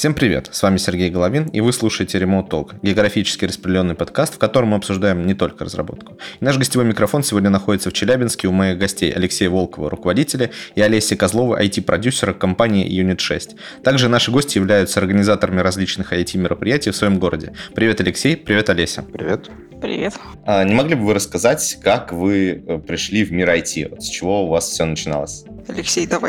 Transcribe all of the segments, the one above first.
Всем привет, с вами Сергей Головин, и вы слушаете Remote Talk, географически распределенный подкаст, в котором мы обсуждаем не только разработку. И наш гостевой микрофон сегодня находится в Челябинске у моих гостей Алексея Волкова, руководителя, и Олеси Козловой, IT-продюсера компании Unit 6. Также наши гости являются организаторами различных IT-мероприятий в своем городе. Привет, Алексей, привет, Олеся. Привет. Привет. Не могли бы вы рассказать, как вы пришли в мир IT? Вот с чего у вас все начиналось? Алексей, давай.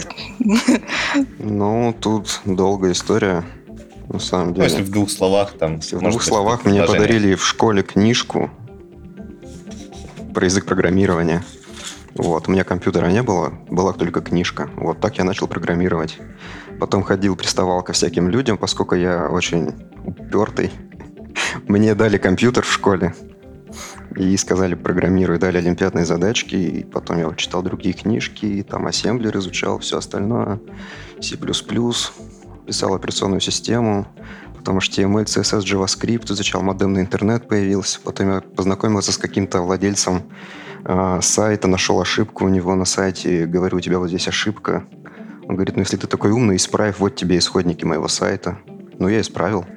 Тут долгая история, на самом деле. Если в двух словах там... Если в двух словах мне подарили в школе книжку про язык программирования. У меня компьютера не было, была только книжка. Так я начал программировать. Потом приставал ко всяким людям, поскольку я очень упертый. Мне дали компьютер в школе и сказали, программируй, дали олимпиадные задачки, и потом я читал другие книжки, и там ассемблер изучал, все остальное, C++, писал операционную систему, потом HTML, CSS, JavaScript, изучал модемный интернет появился, потом я познакомился с каким-то владельцем сайта, нашел ошибку у него на сайте, говорю, у тебя вот здесь ошибка. Он говорит, если ты такой умный, исправь, вот тебе исходники моего сайта. Я исправил.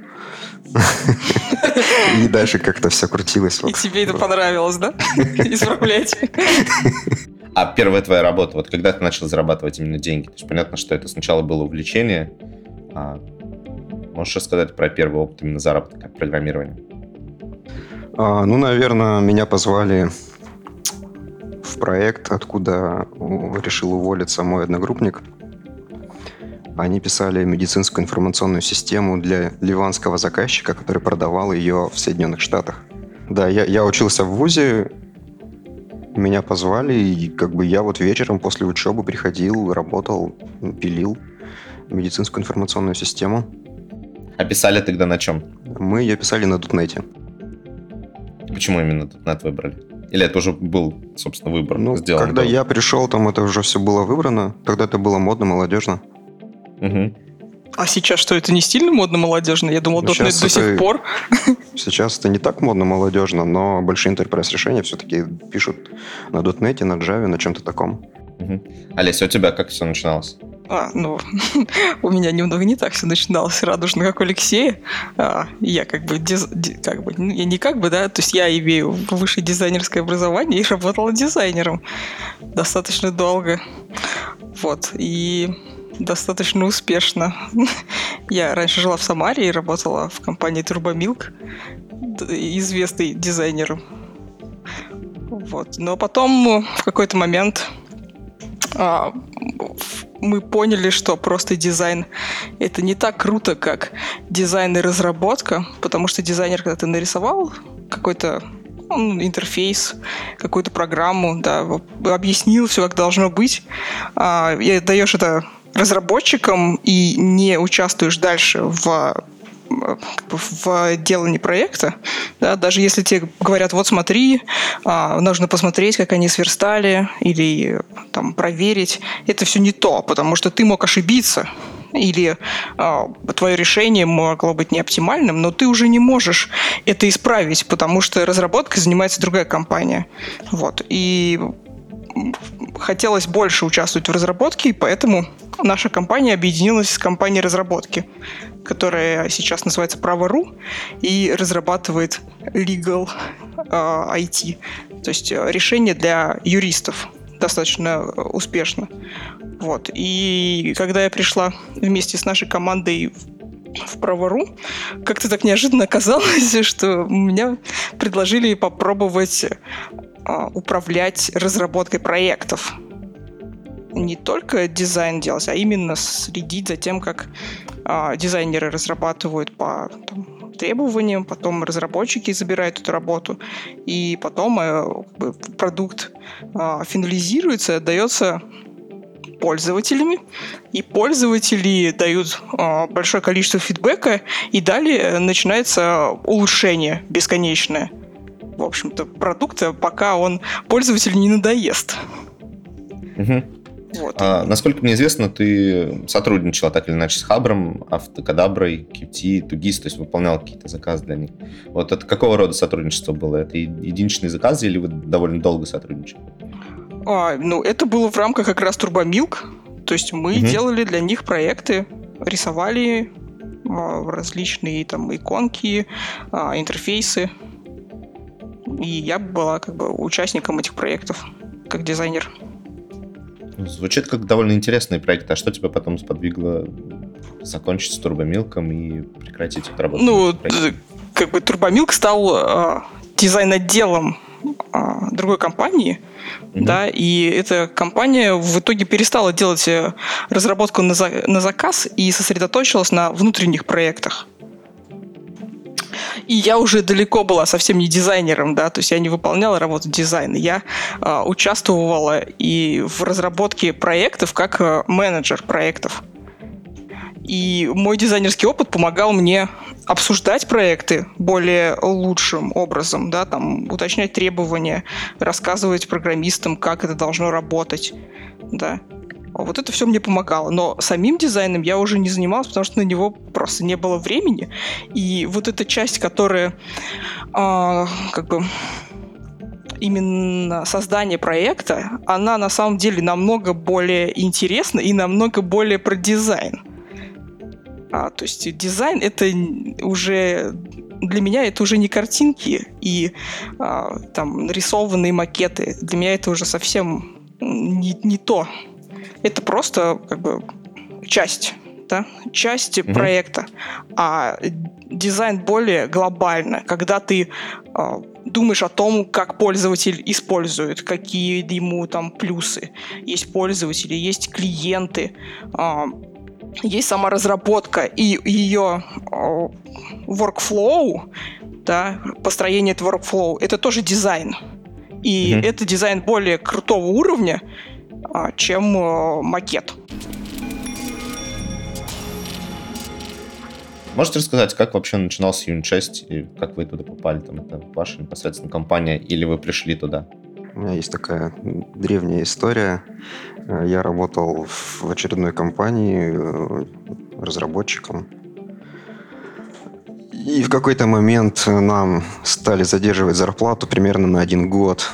И дальше как-то все крутилось. И тебе это понравилось, да? Исправлять. А первая твоя работа, когда ты начал зарабатывать именно деньги? То есть понятно, что это сначала было увлечение. Можешь рассказать про первый опыт именно заработка в программировании? Наверное, меня позвали в проект, откуда решил уволиться мой одногруппник. Они писали медицинскую информационную систему для ливанского заказчика, который продавал ее в Соединенных Штатах. Да, я учился в вузе, меня позвали, и я вечером после учебы приходил, работал, пилил медицинскую информационную систему. А писали тогда на чем? Мы ее писали на .NET. Почему именно .NET выбрали? Или это уже был, собственно, выбор сделан? Когда я пришел, там это уже все было выбрано. Тогда это было модно, молодежно. Угу. А сейчас что, это не стильно модно-молодежно? Я думал, .NET до сих пор. Сейчас это не так модно-молодежно, но большие enterprise решения все-таки пишут на .NET, на Java, на чем-то таком. Угу. Олеся, у тебя как все начиналось? У меня немного не так все начиналось радужно, как у Алексея. Я я имею высшее дизайнерское образование и работала дизайнером достаточно долго. И достаточно успешно. Я раньше жила в Самаре и работала в компании Turbo-Milk, известный дизайнер. Но потом в какой-то момент мы поняли, что просто дизайн — это не так круто, как дизайн и разработка, потому что дизайнер, когда ты нарисовал какой-то интерфейс, какую-то программу, объяснил все, как должно быть, и даешь это разработчикам и не участвуешь дальше в делании проекта, даже если тебе говорят, смотри, нужно посмотреть, как они сверстали, или проверить, это все не то, потому что ты мог ошибиться, или твое решение могло быть не оптимальным, но ты уже не можешь это исправить, потому что разработкой занимается другая компания. И хотелось больше участвовать в разработке, и поэтому наша компания объединилась с компанией разработки, которая сейчас называется Право.ру и разрабатывает legal IT, то есть решения для юристов достаточно успешно. И когда я пришла вместе с нашей командой в Право.ру, как-то так неожиданно оказалось, что меня предложили попробовать управлять разработкой проектов. Не только дизайн делать, а именно следить за тем, как дизайнеры разрабатывают по требованиям, потом разработчики забирают эту работу, и потом продукт финализируется, отдается пользователями, и пользователи дают большое количество фидбэка, и далее начинается улучшение бесконечное. В общем-то, продукта, пока он пользователю не надоест. Угу. Насколько мне известно, ты сотрудничала так или иначе с Хабром, Автокадаброй, Qt, Тугис, то есть выполнял какие-то заказы для них. Это какого рода сотрудничество было? Это единичные заказы или вы довольно долго сотрудничали? Это было в рамках как раз Turbo-Milk. То есть мы делали для них проекты, рисовали различные там иконки, интерфейсы. И я была как бы участником этих проектов, как дизайнер. Звучит как довольно интересный проект. А что тебя потом сподвигло закончить с Турбомилком и прекратить эту работу? Ну, как бы Турбомилк стал дизайн-отделом другой компании, да, и эта компания в итоге перестала делать разработку на заказ и сосредоточилась на внутренних проектах. И я уже далеко была совсем не дизайнером, да, то есть я не выполняла работу дизайна, я участвовала и в разработке проектов как менеджер проектов. И мой дизайнерский опыт помогал мне обсуждать проекты более лучшим образом, да, там, уточнять требования, рассказывать программистам, как это должно работать, да. Вот это все мне помогало. Но самим дизайном я уже не занималась, потому что на него просто не было времени. И вот эта часть, которая как бы именно создание проекта, она на самом деле намного более интересна и намного более про дизайн. То есть дизайн — это уже... Для меня это уже не картинки и там нарисованные макеты. Для меня это уже совсем не то. Это просто как бы часть, да? Часть проекта. А дизайн более глобально, когда ты думаешь о том, как пользователь использует, какие ему там плюсы. Есть пользователи, есть клиенты, есть сама разработка и ее workflow, да, построение этого workflow, это тоже дизайн. И это дизайн более крутого уровня, чем макет. Можете рассказать, как вообще начинался Unit6 и как вы туда попали? Там, это ваша непосредственно компания или вы пришли туда? У меня есть такая древняя история. Я работал в очередной компании разработчиком. И в какой-то момент нам стали задерживать зарплату примерно на 1 год.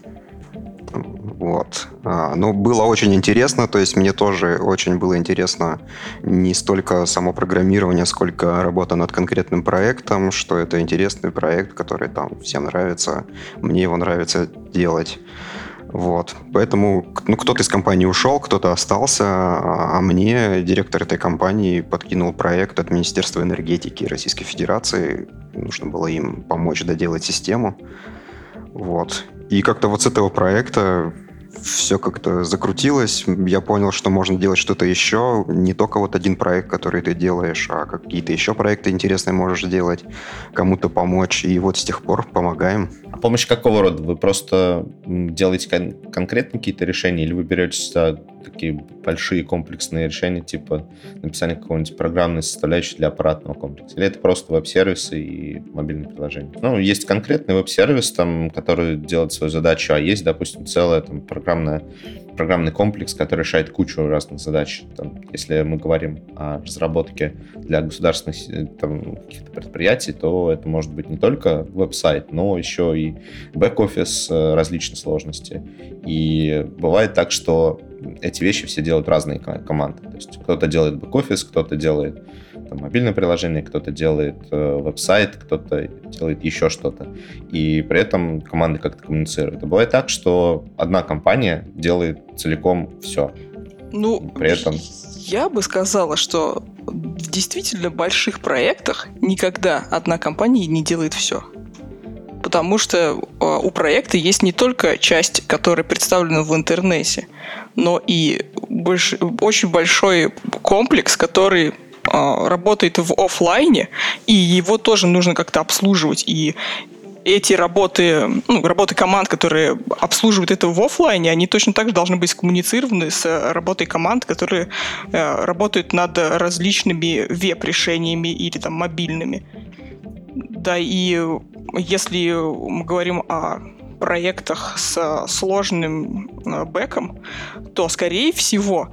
Вот. Но было очень интересно, то есть мне тоже очень было интересно не столько само программирование, сколько работа над конкретным проектом, что это интересный проект, который там всем нравится, мне его нравится делать. Вот. Поэтому кто-то из компании ушел, кто-то остался, а мне директор этой компании подкинул проект от Министерства энергетики Российской Федерации. Нужно было им помочь доделать систему. Вот. И как-то вот с этого проекта все как-то закрутилось. Я понял, что можно делать что-то еще. Не только вот один проект, который ты делаешь, а какие-то еще проекты интересные можешь делать, кому-то помочь. И вот с тех пор помогаем. А помощь какого рода? Вы просто делаете конкретные какие-то решения или вы беретесь за такие большие комплексные решения, типа написания какой-нибудь программной составляющей для аппаратного комплекса? Или это просто веб-сервисы и мобильные приложения? Ну, есть конкретный веб-сервис, там, который делает свою задачу, а есть, допустим, целая там, программный комплекс, который решает кучу разных задач. Там, если мы говорим о разработке для государственных там, каких-то предприятий, то это может быть не только веб-сайт, но еще и бэк-офис различной сложности. И бывает так, что эти вещи все делают разные команды. То есть кто-то делает бэк-офис, кто-то делает там, мобильное приложение, кто-то делает веб-сайт, кто-то делает еще что-то. И при этом команды как-то коммуницируют. И бывает так, что одна компания делает целиком все. Ну, при этом... я бы сказала, что в действительно больших проектах никогда одна компания не делает все. Потому что у проекта есть не только часть, которая представлена в интернете, но и очень большой комплекс, который работает в офлайне, и его тоже нужно как-то обслуживать. И эти работы команд, которые обслуживают это в офлайне, они точно так же должны быть скоммуницированы с работой команд, которые работают над различными веб-решениями или там мобильными. Да, и если мы говорим о проектах с сложным бэком, то, скорее всего,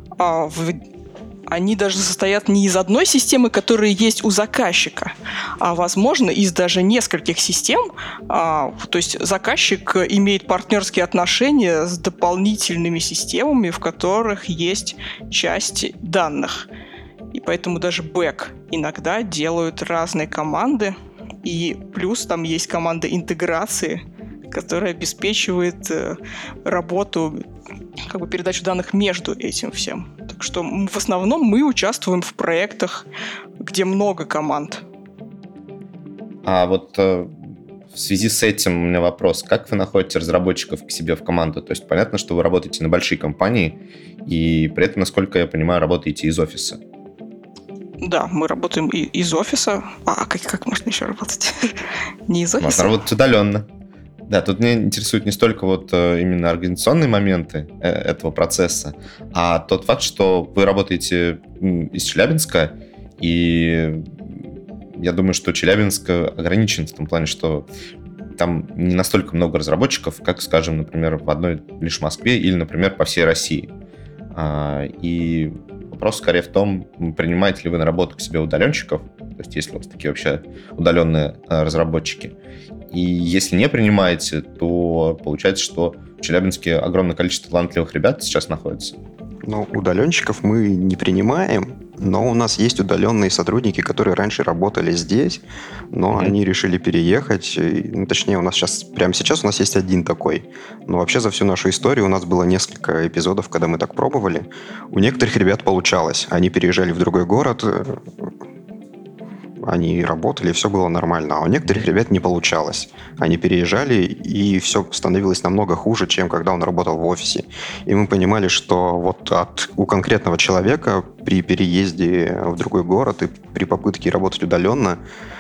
они даже состоят не из одной системы, которая есть у заказчика, а, возможно, из даже нескольких систем. То есть заказчик имеет партнерские отношения с дополнительными системами, в которых есть часть данных. И поэтому даже бэк иногда делают разные команды, и плюс там есть команда интеграции, которая обеспечивает работу, передачу данных между этим всем. Так что в основном мы участвуем в проектах, где много команд. А вот в связи с этим у меня вопрос. Как вы находите разработчиков к себе в команду? То есть понятно, что вы работаете на большие компании, и при этом, насколько я понимаю, работаете из офиса. Да, мы работаем из офиса. А как можно еще работать? Не из офиса? Можно работать удаленно. Да, тут меня интересуют не столько именно организационные моменты этого процесса, а тот факт, что вы работаете из Челябинска, и я думаю, что Челябинск ограничен в том плане, что там не настолько много разработчиков, как, скажем, например, в одной лишь Москве или, например, по всей России. И вопрос скорее в том, принимаете ли вы на работу к себе удаленщиков, то есть есть ли у вас такие вообще удаленные разработчики. И если не принимаете, то получается, что в Челябинске огромное количество талантливых ребят сейчас находится. Удаленщиков мы не принимаем, но у нас есть удаленные сотрудники, которые раньше работали здесь, но они решили переехать. Точнее, прямо сейчас у нас есть один такой. Но вообще за всю нашу историю у нас было несколько эпизодов, когда мы так пробовали. У некоторых ребят получалось. Они переезжали в другой город, они работали, все было нормально. А у некоторых ребят не получалось. Они переезжали, и все становилось намного хуже, чем когда он работал в офисе. И мы понимали, что у конкретного человека при переезде в другой город и при попытке работать удаленно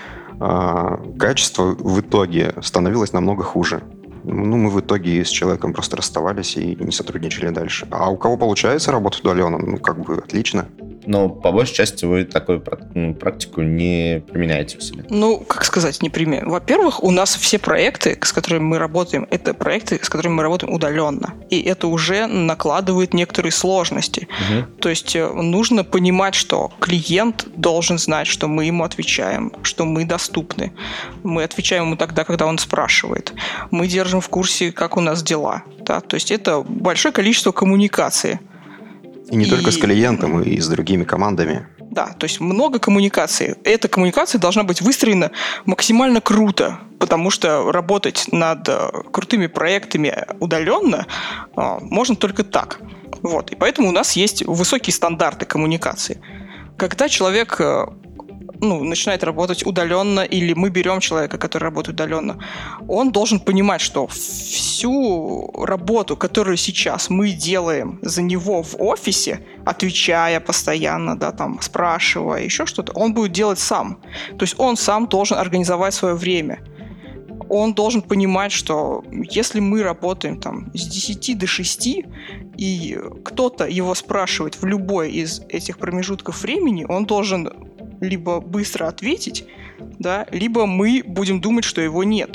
качество в итоге становилось намного хуже. Мы в итоге с человеком просто расставались и не сотрудничали дальше. А у кого получается работать удаленно, отлично. Но по большей части вы такую практику не применяете в себе. Не применяем. Во-первых, у нас все проекты, с которыми мы работаем, это проекты, с которыми мы работаем удаленно. И это уже накладывает некоторые сложности. То есть нужно понимать, что клиент должен знать, что мы ему отвечаем, что мы доступны. Мы отвечаем ему тогда, когда он спрашивает. Мы держим в курсе, как у нас дела. Да? То есть это большое количество коммуникации. И не только с клиентом, и с другими командами. Да, то есть много коммуникации. Эта коммуникация должна быть выстроена максимально круто, потому что работать над крутыми проектами удаленно можно только так. И поэтому у нас есть высокие стандарты коммуникации. Когда человек начинает работать удаленно, или мы берем человека, который работает удаленно, он должен понимать, что всю работу, которую сейчас мы делаем за него в офисе, отвечая постоянно, спрашивая, еще что-то, он будет делать сам. То есть он сам должен организовать свое время. Он должен понимать, что если мы работаем с 10 до 6, и кто-то его спрашивает в любой из этих промежутков времени, он должен либо быстро ответить, да, либо мы будем думать, что его нет.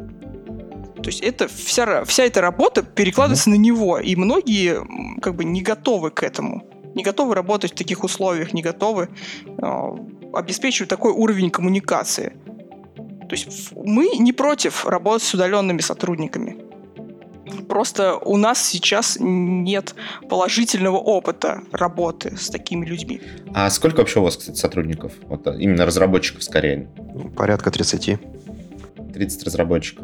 То есть это вся эта работа перекладывается на него, и многие не готовы к этому, не готовы работать в таких условиях, не готовы обеспечивать такой уровень коммуникации. То есть мы не против работать с удаленными сотрудниками. Просто у нас сейчас нет положительного опыта работы с такими людьми. А сколько вообще у вас, кстати, сотрудников? Именно разработчиков скорее? Порядка 30. 30 разработчиков.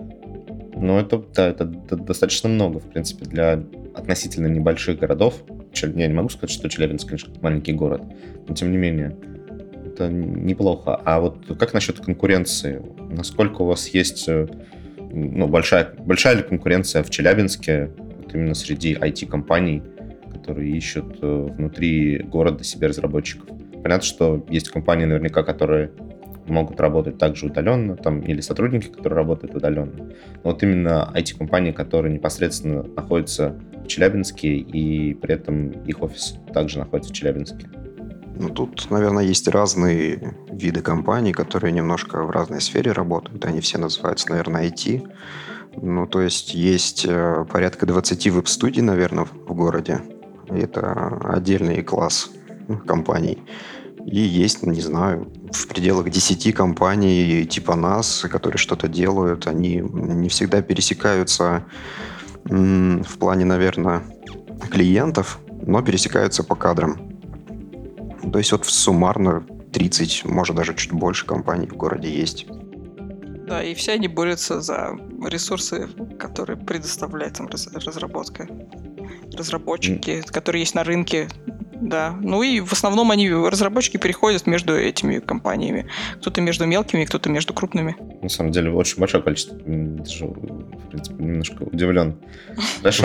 Это достаточно много, в принципе, для относительно небольших городов. Я не могу сказать, что Челябинск, конечно, маленький город, но тем не менее, это неплохо. А как насчет конкуренции? Насколько у вас есть... большая ли конкуренция в Челябинске именно среди IT-компаний, которые ищут внутри города себе разработчиков? Понятно, что есть компании наверняка, которые могут работать также удаленно, или сотрудники, которые работают удаленно. Но именно IT-компании, которые непосредственно находятся в Челябинске, и при этом их офис также находится в Челябинске. Тут, наверное, есть разные виды компаний, которые немножко в разной сфере работают. Они все называются, наверное, IT. То есть порядка 20 веб-студий, наверное, в городе. Это отдельный класс компаний. И есть, не знаю, в пределах 10 компаний типа нас, которые что-то делают. Они не всегда пересекаются в плане, наверное, клиентов, но пересекаются по кадрам. То есть суммарно 30, может, даже чуть больше компаний в городе есть. Да, и все они борются за ресурсы, которые предоставляет им разработка. Разработчики, которые есть на рынке. Да. Ну и в основном разработчики переходят между этими компаниями. Кто-то между мелкими, кто-то между крупными. На самом деле, очень большое количество. Даже, в принципе, немножко удивлен. Хорошо.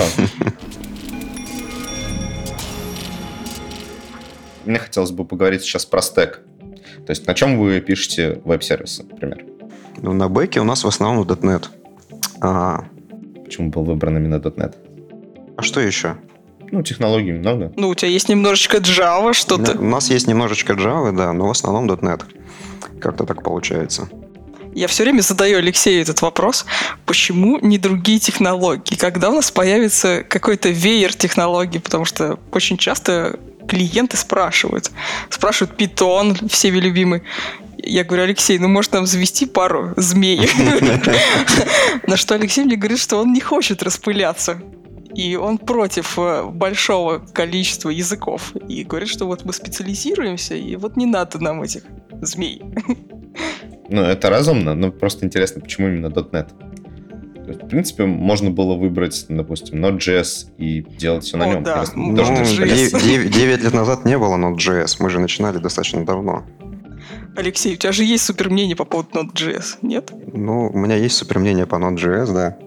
Мне хотелось бы поговорить сейчас про стэк. То есть на чем вы пишете веб-сервисы, например? Ну, на бэке у нас в основном .NET. Почему был выбран именно .NET? А что еще? Ну, технологий много. Ну, у тебя есть немножечко Java, что-то. У нас есть немножечко Java, да, но в основном .NET. Как-то так получается. Я все время задаю Алексею этот вопрос, почему не другие технологии? Когда у нас появится какой-то веер технологий? Потому что очень часто клиенты спрашивают Python, всеми любимый. Я говорю: Алексей, ну может нам завести пару змей? На что Алексей мне говорит, что он не хочет распыляться. И он против большого количества языков. И говорит, что вот мы специализируемся, и вот не надо нам этих змей. Ну, это разумно, но просто интересно, почему именно .NET? То есть, в принципе, можно было выбрать, допустим, Node.js и делать все на нем. Да. Ну, 9 лет назад не было Node.js, мы же начинали достаточно давно. Алексей, у тебя же есть супер мнение по поводу Node.js, нет? Ну, у меня есть супер мнение по Node.js, да.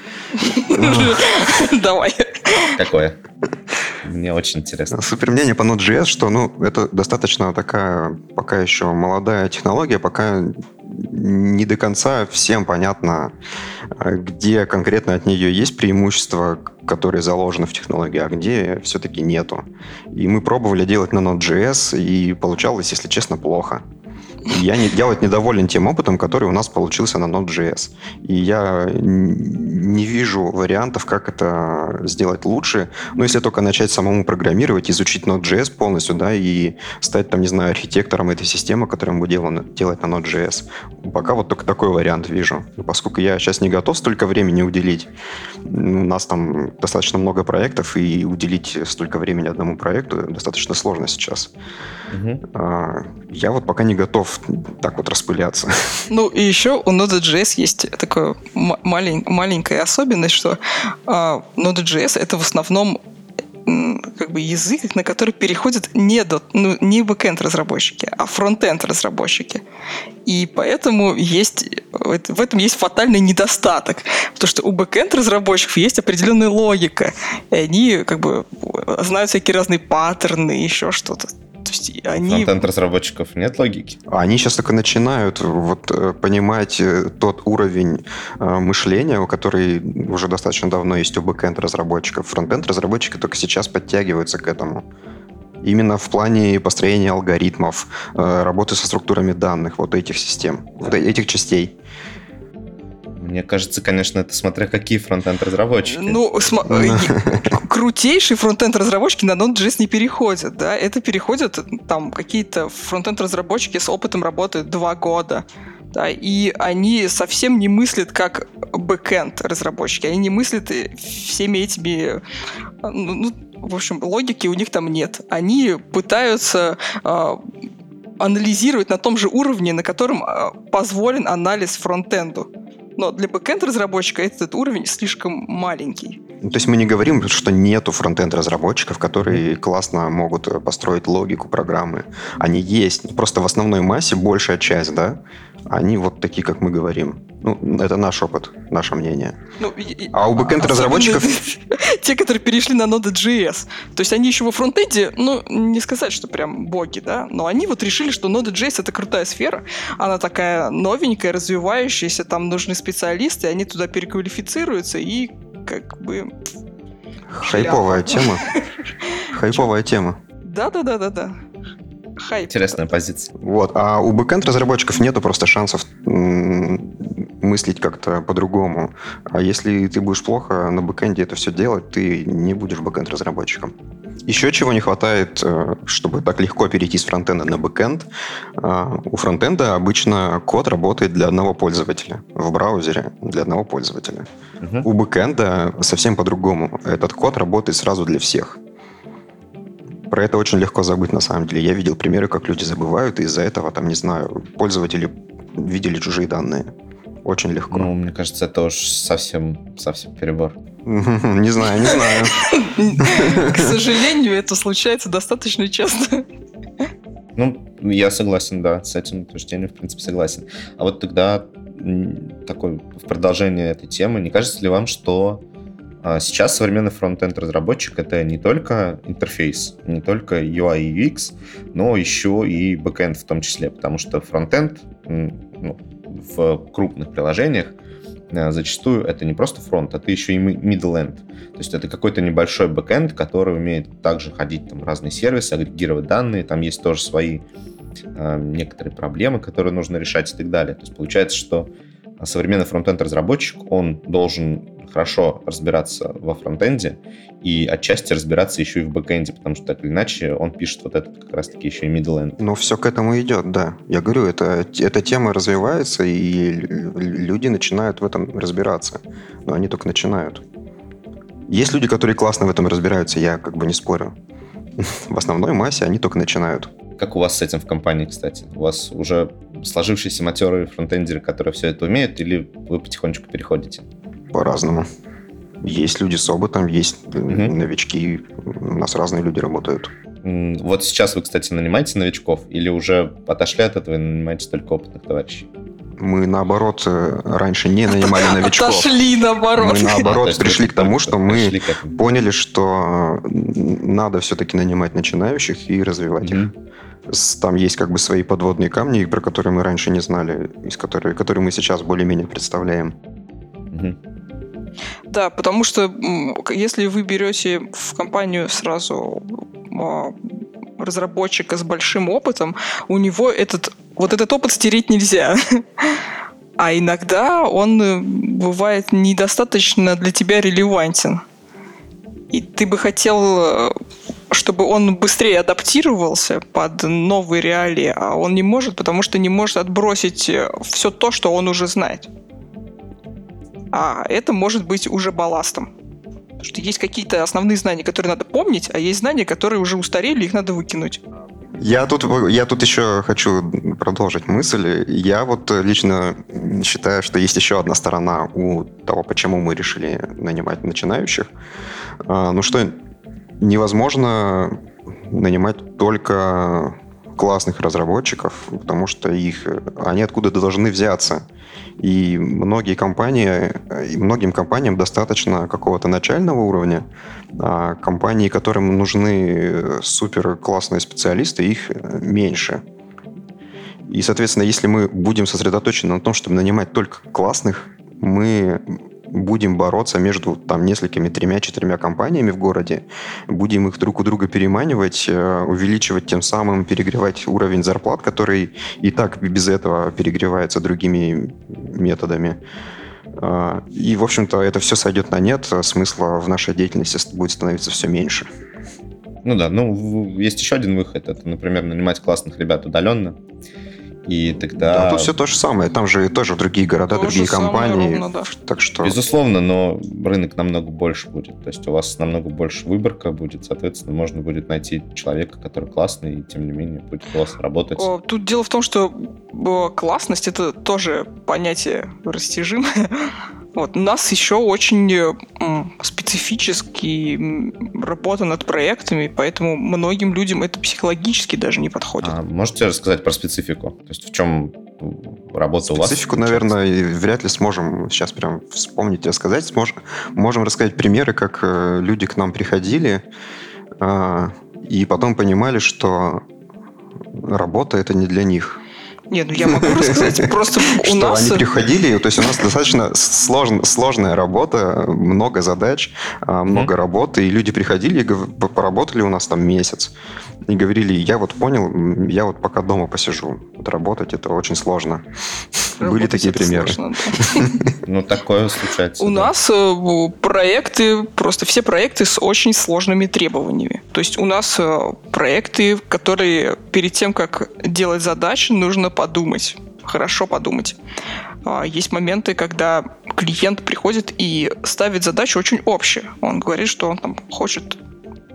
Давай. Какое? Мне очень интересно. Супер мнение по Node.js, что это достаточно такая пока еще молодая технология, пока не до конца всем понятно, где конкретно от нее есть преимущества, которые заложены в технологии, а где все-таки нету. И мы пробовали делать на Node.js, и получалось, если честно, плохо. Я вот недоволен тем опытом, который у нас получился на Node.js. И я не вижу вариантов, как это сделать лучше. Но если только начать самому программировать, изучить Node.js полностью, да, и стать, там, не знаю, архитектором этой системы, которую мы будем делать на Node.js. Пока вот только такой вариант вижу. Поскольку я сейчас не готов столько времени уделить, у нас там достаточно много проектов, и уделить столько времени одному проекту достаточно сложно сейчас. Я вот пока не готов так вот распыляться. Ну, и еще у Node.js есть такая маленькая особенность, что Node.js — это в основном как бы язык, на который переходят не бэкэнд-разработчики, а фронтенд-разработчики. И поэтому в этом есть фатальный недостаток. Потому что у бэкэнд-разработчиков есть определенная логика. И они как бы знают всякие разные паттерны, еще что-то. То есть фронтенд-разработчиков нет логики? Они сейчас только начинают понимать тот уровень мышления, который уже достаточно давно есть у бэкэнд-разработчиков. Фронтенд-разработчики только сейчас подтягиваются к этому. Именно в плане построения алгоритмов, работы со структурами данных, вот этих систем, вот этих частей. Мне кажется, конечно, это смотря какие фронтенд-разработчики. Крутейшие фронтенд-разработчики на Node.js не переходят, да? Это переходят там какие-то фронтенд-разработчики с опытом работы 2 года. Да, и они совсем не мыслят как бэкэнд-разработчики. Они не мыслят всеми этими... в общем, логики у них там нет. Они пытаются анализировать на том же уровне, на котором позволен анализ фронтенду. Но для бэкэнд-разработчика этот уровень слишком маленький. То есть мы не говорим, что нету фронтенд-разработчиков, которые классно могут построить логику программы. Они есть. Просто в основной массе большая часть, да, они вот такие, как мы говорим. Это наш опыт, наше мнение. А у бэкэнд-разработчиков... Те, которые перешли на Node.js. То есть они еще во фронтенде, не сказать, что прям боги, да, но они вот решили, что Node.js — это крутая сфера, она такая новенькая, развивающаяся, там нужны специалисты, они туда переквалифицируются и как бы... Хайповая тема. Хайповая тема. Да. Хайп. Интересная позиция. Вот. А у бэкэнд-разработчиков нету просто шансов мыслить как-то по-другому. А если ты будешь плохо на бэкэнде это все делать, ты не будешь бэкэнд-разработчиком. Еще чего не хватает, чтобы так легко перейти с фронтенда на бэкэнд. У фронтенда обычно код работает для одного пользователя. В браузере для одного пользователя. У бэкэнда совсем по-другому. Этот код работает сразу для всех. Про это очень легко забыть на самом деле. Я видел примеры, как люди забывают, и из-за этого, пользователи видели чужие данные. Очень легко. Мне кажется, это уж совсем перебор. Не знаю. К сожалению, это случается достаточно часто. Я согласен, да, с этим утверждением, в принципе, согласен. А вот тогда в продолжение этой темы, не кажется ли вам, что сейчас современный фронт-энд-разработчик — это не только интерфейс, не только UI и UX, но еще и бэкэнд в том числе, потому что фронт-энд в крупных приложениях зачастую это не просто фронт, это еще и middle end. То есть это какой-то небольшой бэкэнд, который умеет также ходить в разные сервисы, агрегировать данные, там есть тоже свои некоторые проблемы, которые нужно решать и так далее. То есть получается, что современный фронт-энд-разработчик, он должен хорошо разбираться во фронт-энде и отчасти разбираться еще и в бэкэнде, потому что так или иначе он пишет вот этот как раз-таки еще и middle end. Все к этому идет, да. Я говорю, эта тема развивается, и люди начинают в этом разбираться. Но они только начинают. Есть люди, которые классно в этом разбираются, я не спорю. В основной массе они только начинают. Как у вас с этим в компании, кстати? У вас уже сложившиеся матерые фронтендеры, которые все это умеют, или вы потихонечку переходите? По-разному. Есть люди с опытом, есть новички. У нас разные люди работают. Вот сейчас вы, кстати, нанимаете новичков или уже отошли от этого и нанимаете только опытных товарищей? Мы, наоборот, раньше не нанимали новичков. Отошли, наоборот. Мы, наоборот, пришли к тому, что мы поняли, что надо все-таки нанимать начинающих и развивать их. Там есть свои подводные камни, про которые мы раньше не знали, которые мы сейчас более-менее представляем. Да, потому что если вы берете в компанию сразу разработчика с большим опытом, у него этот опыт стереть нельзя. А иногда он бывает недостаточно для тебя релевантен. И ты бы хотел, чтобы он быстрее адаптировался под новые реалии, а он не может, потому что не может отбросить все то, что он уже знает. А это может быть уже балластом. Потому что есть какие-то основные знания, которые надо помнить, а есть знания, которые уже устарели, их надо выкинуть. Я тут еще хочу продолжить мысль. Я лично считаю, что есть еще одна сторона у того, почему мы решили нанимать начинающих. Что невозможно нанимать только классных разработчиков, потому что они откуда-то должны взяться. И многим компаниям достаточно какого-то начального уровня, а компании, которым нужны супер классные специалисты, их меньше. И, соответственно, если мы будем сосредоточены на том, чтобы нанимать только классных, мы будем бороться между несколькими, 3-4 компаниями в городе, будем их друг у друга переманивать, увеличивать, тем самым перегревать уровень зарплат, который и так без этого перегревается другими методами. И, в общем-то, это все сойдет на нет, смысла в нашей деятельности будет становиться все меньше. Есть еще один выход, это, например, нанимать классных ребят удаленно. И тогда... Да, тут все то же самое. Там же тоже другие города, другие компании. Ровно, да. Так что... Безусловно, но рынок намного больше будет. То есть у вас намного больше выборка будет. Соответственно, можно будет найти человека, который классный, и тем не менее будет классно работать. Тут дело в том, что классность — это тоже понятие растяжимое. У нас еще очень специфически работа над проектами, поэтому многим людям это психологически даже не подходит. Можете рассказать про специфику? То есть в чем работа у вас? Специфику, наверное, вряд ли сможем сейчас прям вспомнить и рассказать. Можем рассказать примеры, как люди к нам приходили и потом понимали, что работа — это не для них. Нет, я могу рассказать, просто у нас... Что они приходили, то есть у нас достаточно сложная работа, много задач, много работы, и люди приходили и поработали у нас месяц, и говорили, я понял, я пока дома посижу, работать это очень сложно. Были такие примеры. Такое случается. У нас проекты, просто все проекты с очень сложными требованиями. То есть у нас проекты, которые перед тем, как делать задачи, нужно подумать, хорошо подумать. Есть моменты, когда клиент приходит и ставит задачу очень общую. Он говорит, что он хочет,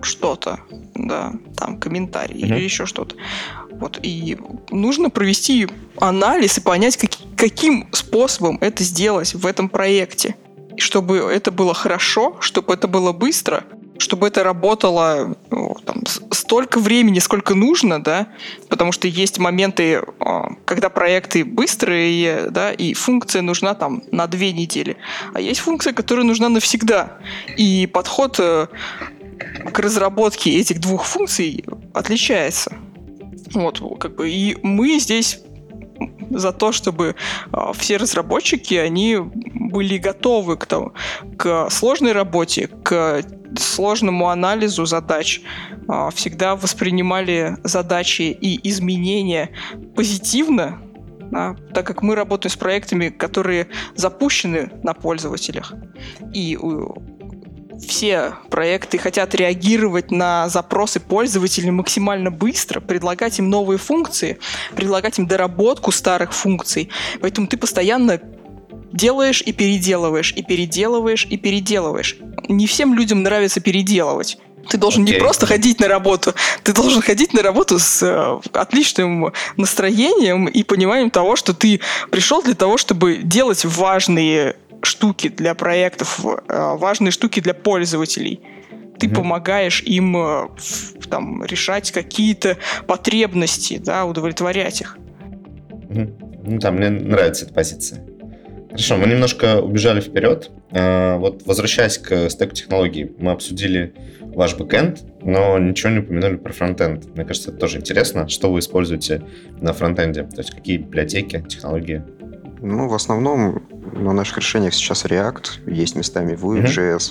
что-то, да, там комментарий или еще что-то. Вот, и нужно провести анализ и понять, каким способом это сделать в этом проекте. И чтобы это было хорошо, чтобы это было быстро, чтобы это работало там, столько времени, сколько нужно, да, потому что есть моменты, когда проекты быстрые, да, и функция нужна там на 2 недели, а есть функция, которая нужна навсегда. И подход к разработке этих 2 функций отличается. Вот, как бы, и мы здесь за то, чтобы все разработчики, они были готовы к сложной работе, к сложному анализу задач, всегда воспринимали задачи и изменения позитивно, да, так как мы работаем с проектами, которые запущены на пользователях. И все проекты хотят реагировать на запросы пользователей максимально быстро, предлагать им новые функции, предлагать им доработку старых функций. Поэтому ты постоянно делаешь и переделываешь, и переделываешь, и переделываешь. Не всем людям нравится переделывать. Ты должен не просто ходить на работу, ты должен ходить на работу с отличным настроением и пониманием того, что ты пришел для того, чтобы делать важные штуки для проектов, важные штуки для пользователей. Ты помогаешь им там, решать какие-то потребности, да, удовлетворять их. Ну да, мне нравится эта позиция. Хорошо, мы немножко убежали вперед. Вот возвращаясь к стеку технологий, мы обсудили ваш бэкэнд, но ничего не упомянули про фронтенд. Мне кажется, это тоже интересно. Что вы используете на фронтенде? То есть какие библиотеки, технологии? Ну, в основном на наших решениях сейчас React, есть местами Vue.js.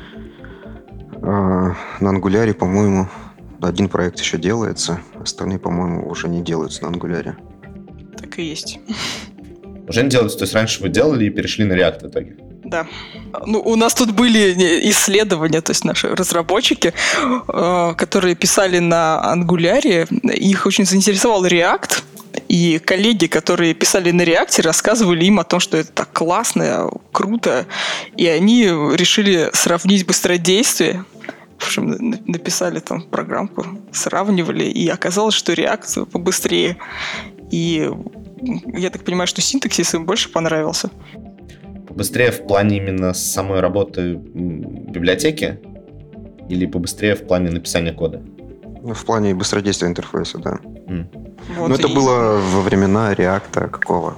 На Angular, по-моему, один проект еще делается, остальные, по-моему, уже не делаются на Angular. Так и есть. Уже не делается, то есть раньше вы делали и перешли на React в итоге? Да. Ну, у нас тут были исследования, то есть наши разработчики, которые писали на Angular, их очень заинтересовал React, и коллеги, которые писали на React, рассказывали им о том, что это так классно, круто, и они решили сравнить быстродействие. В общем, написали там программку, сравнивали, и оказалось, что React побыстрее. И я так понимаю, что синтаксис им больше понравился. Побыстрее в плане именно самой работы библиотеки или побыстрее в плане написания кода? Ну, в плане быстродействия интерфейса, да. Вот. Но это было во времена React какого?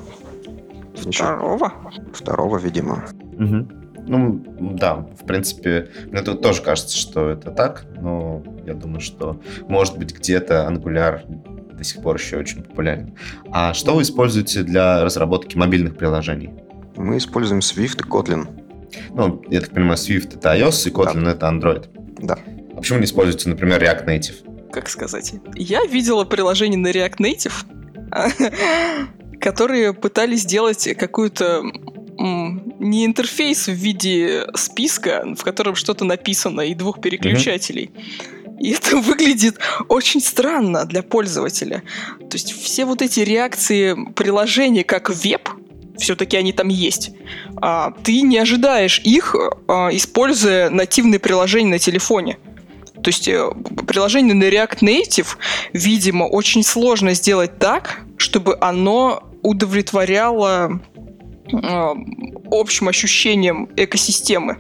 Второго, видимо. Ну, да, в принципе, мне тут тоже кажется, что это так, но я думаю, что, может быть, где-то Angular до сих пор еще очень популярен. А что вы используете для разработки мобильных приложений? Мы используем Swift и Kotlin. Ну, я так понимаю, Swift — это iOS, и Kotlin — это Android. Да. А почему не используете, например, React Native? Как сказать? Я видела приложение на React Native, которые пытались сделать какую-то не интерфейс в виде списка, в котором что-то написано, и 2 переключателей. И это выглядит очень странно для пользователя. То есть все вот эти реакции приложения как веб, все-таки они там есть. Ты не ожидаешь их, используя нативные приложения на телефоне. То есть приложение на React Native, видимо, очень сложно сделать так, чтобы оно удовлетворяло общим ощущением экосистемы.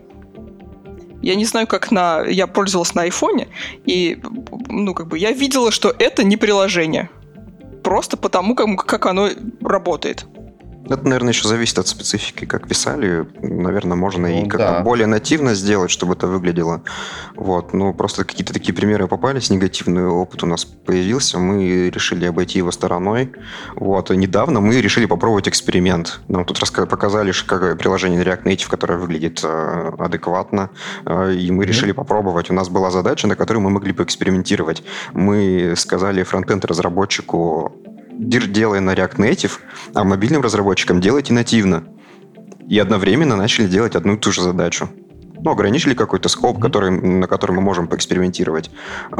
Я не знаю, я пользовалась на айфоне, и я видела, что это не приложение. Просто потому, как оно работает. Это, наверное, еще зависит от специфики, как писали. Наверное, можно и как-то более нативно сделать, чтобы это выглядело. Вот. Ну, просто какие-то такие примеры попались, негативный опыт у нас появился, мы решили обойти его стороной. Вот. И недавно мы решили попробовать эксперимент. Нам тут показали, как приложение на React Native, которое выглядит адекватно, и мы решили попробовать. У нас была задача, на которой мы могли поэкспериментировать. Мы сказали фронтенд-разработчику: делай на React Native, а мобильным разработчикам делайте нативно. И одновременно начали делать одну и ту же задачу. Ну, ограничили какой-то скоп, на который мы можем поэкспериментировать.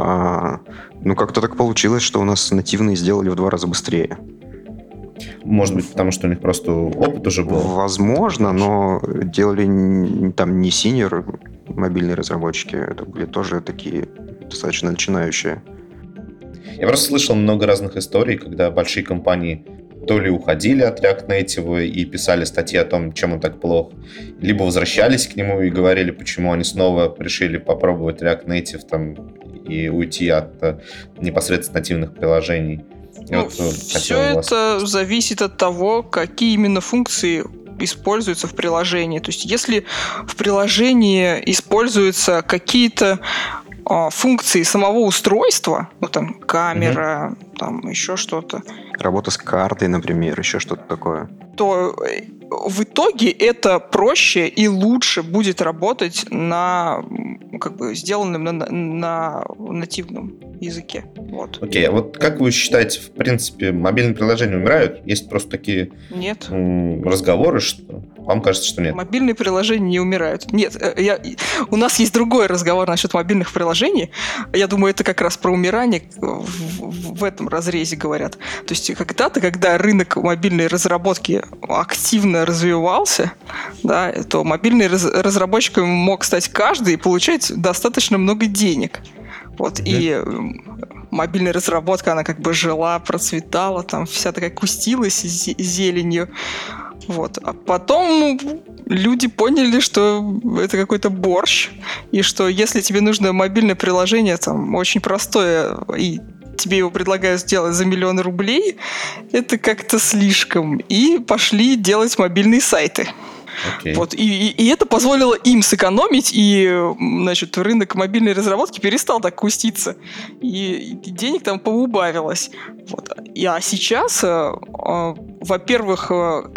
Как-то так получилось, что у нас нативные сделали в 2 раза быстрее. Может быть, потому что у них просто опыт уже был? Возможно, но делали там не синьор мобильные разработчики, это были тоже такие достаточно начинающие. Я просто слышал много разных историй, когда большие компании то ли уходили от React Native и писали статьи о том, чем он так плох, либо возвращались к нему и говорили, почему они снова решили попробовать React Native там, и уйти от непосредственно нативных приложений. Все это зависит от того, какие именно функции используются в приложении. То есть, если в приложении используются какие-то функции самого устройства, ну там камера, там еще что-то. Работа с картой, например, еще что-то такое. То в итоге это проще и лучше будет работать на сделанном на нативном языке. Вот. Окей, а вот как вы считаете, в принципе, мобильные приложения умирают? Есть просто такие разговоры, что вам кажется, что нет? Мобильные приложения не умирают. Нет, у нас есть другой разговор насчет мобильных приложений. Я думаю, это как раз про умирание в этом разрезе говорят. То есть когда-то, когда рынок мобильной разработки активно развивался, да, то мобильный разработчиком мог стать каждый и получать достаточно много денег. Вот, и мобильная разработка, она как бы жила, процветала, там вся такая кустилась зеленью. Вот. А потом люди поняли, что это какой-то борщ, и что если тебе нужно мобильное приложение, там, очень простое, и тебе его предлагают сделать за 1 000 000 рублей, это как-то слишком. И пошли делать мобильные сайты. Okay. Вот, и это позволило им сэкономить, и, значит, рынок мобильной разработки перестал так куститься, и денег там поубавилось. Вот. А сейчас, во-первых,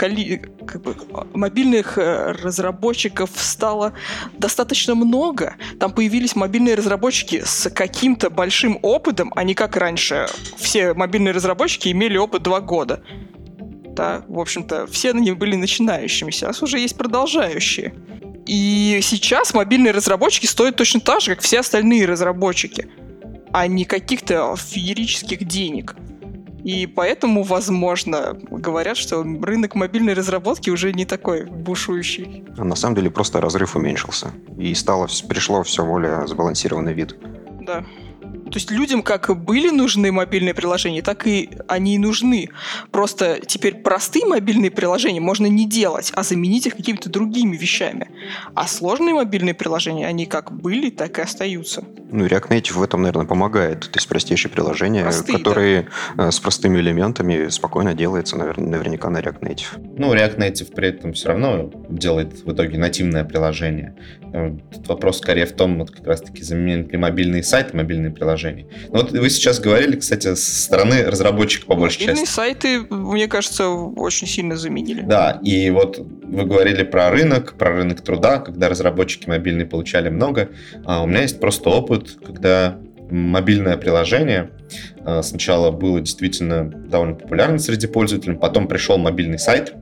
мобильных разработчиков стало достаточно много. Там появились мобильные разработчики с каким-то большим опытом, а не как раньше. Все мобильные разработчики имели опыт 2 года. Да, в общем-то, все они были начинающими, сейчас уже есть продолжающие. И сейчас мобильные разработчики стоят точно так же, как все остальные разработчики, а не каких-то феерических денег. И поэтому, возможно, говорят, что рынок мобильной разработки уже не такой бушующий. А на самом деле просто разрыв уменьшился. И пришло все более сбалансированный вид. Да. То есть людям как были нужны мобильные приложения, так и они и нужны. Просто теперь простые мобильные приложения можно не делать, а заменить их какими-то другими вещами. А сложные мобильные приложения, они как были, так и остаются. Ну, React Native в этом, наверное, помогает. То есть простейшие приложения, которые с простыми элементами спокойно делаются наверняка на React Native. Ну, React Native при этом все равно делает в итоге нативное приложение. Тут вопрос скорее в том, вот как раз-таки заменить ли мобильные сайты, мобильные приложения. Ну, вот вы сейчас говорили, кстати, со стороны разработчика по большей части. Мобильные сайты, мне кажется, очень сильно заменили. Да, и вот вы говорили про рынок труда, когда разработчики мобильные получали много. У меня есть просто опыт, когда мобильное приложение сначала было действительно довольно популярно среди пользователей, потом пришел мобильный сайт,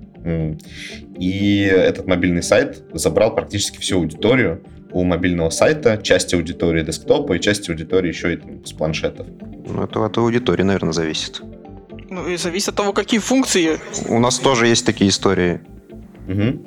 и этот мобильный сайт забрал практически всю аудиторию у мобильного сайта, часть аудитории десктопа и часть аудитории еще и там, с планшетов. Ну, это от аудитории, наверное, зависит. Ну, и зависит от того, какие функции. У нас тоже есть такие истории. Угу.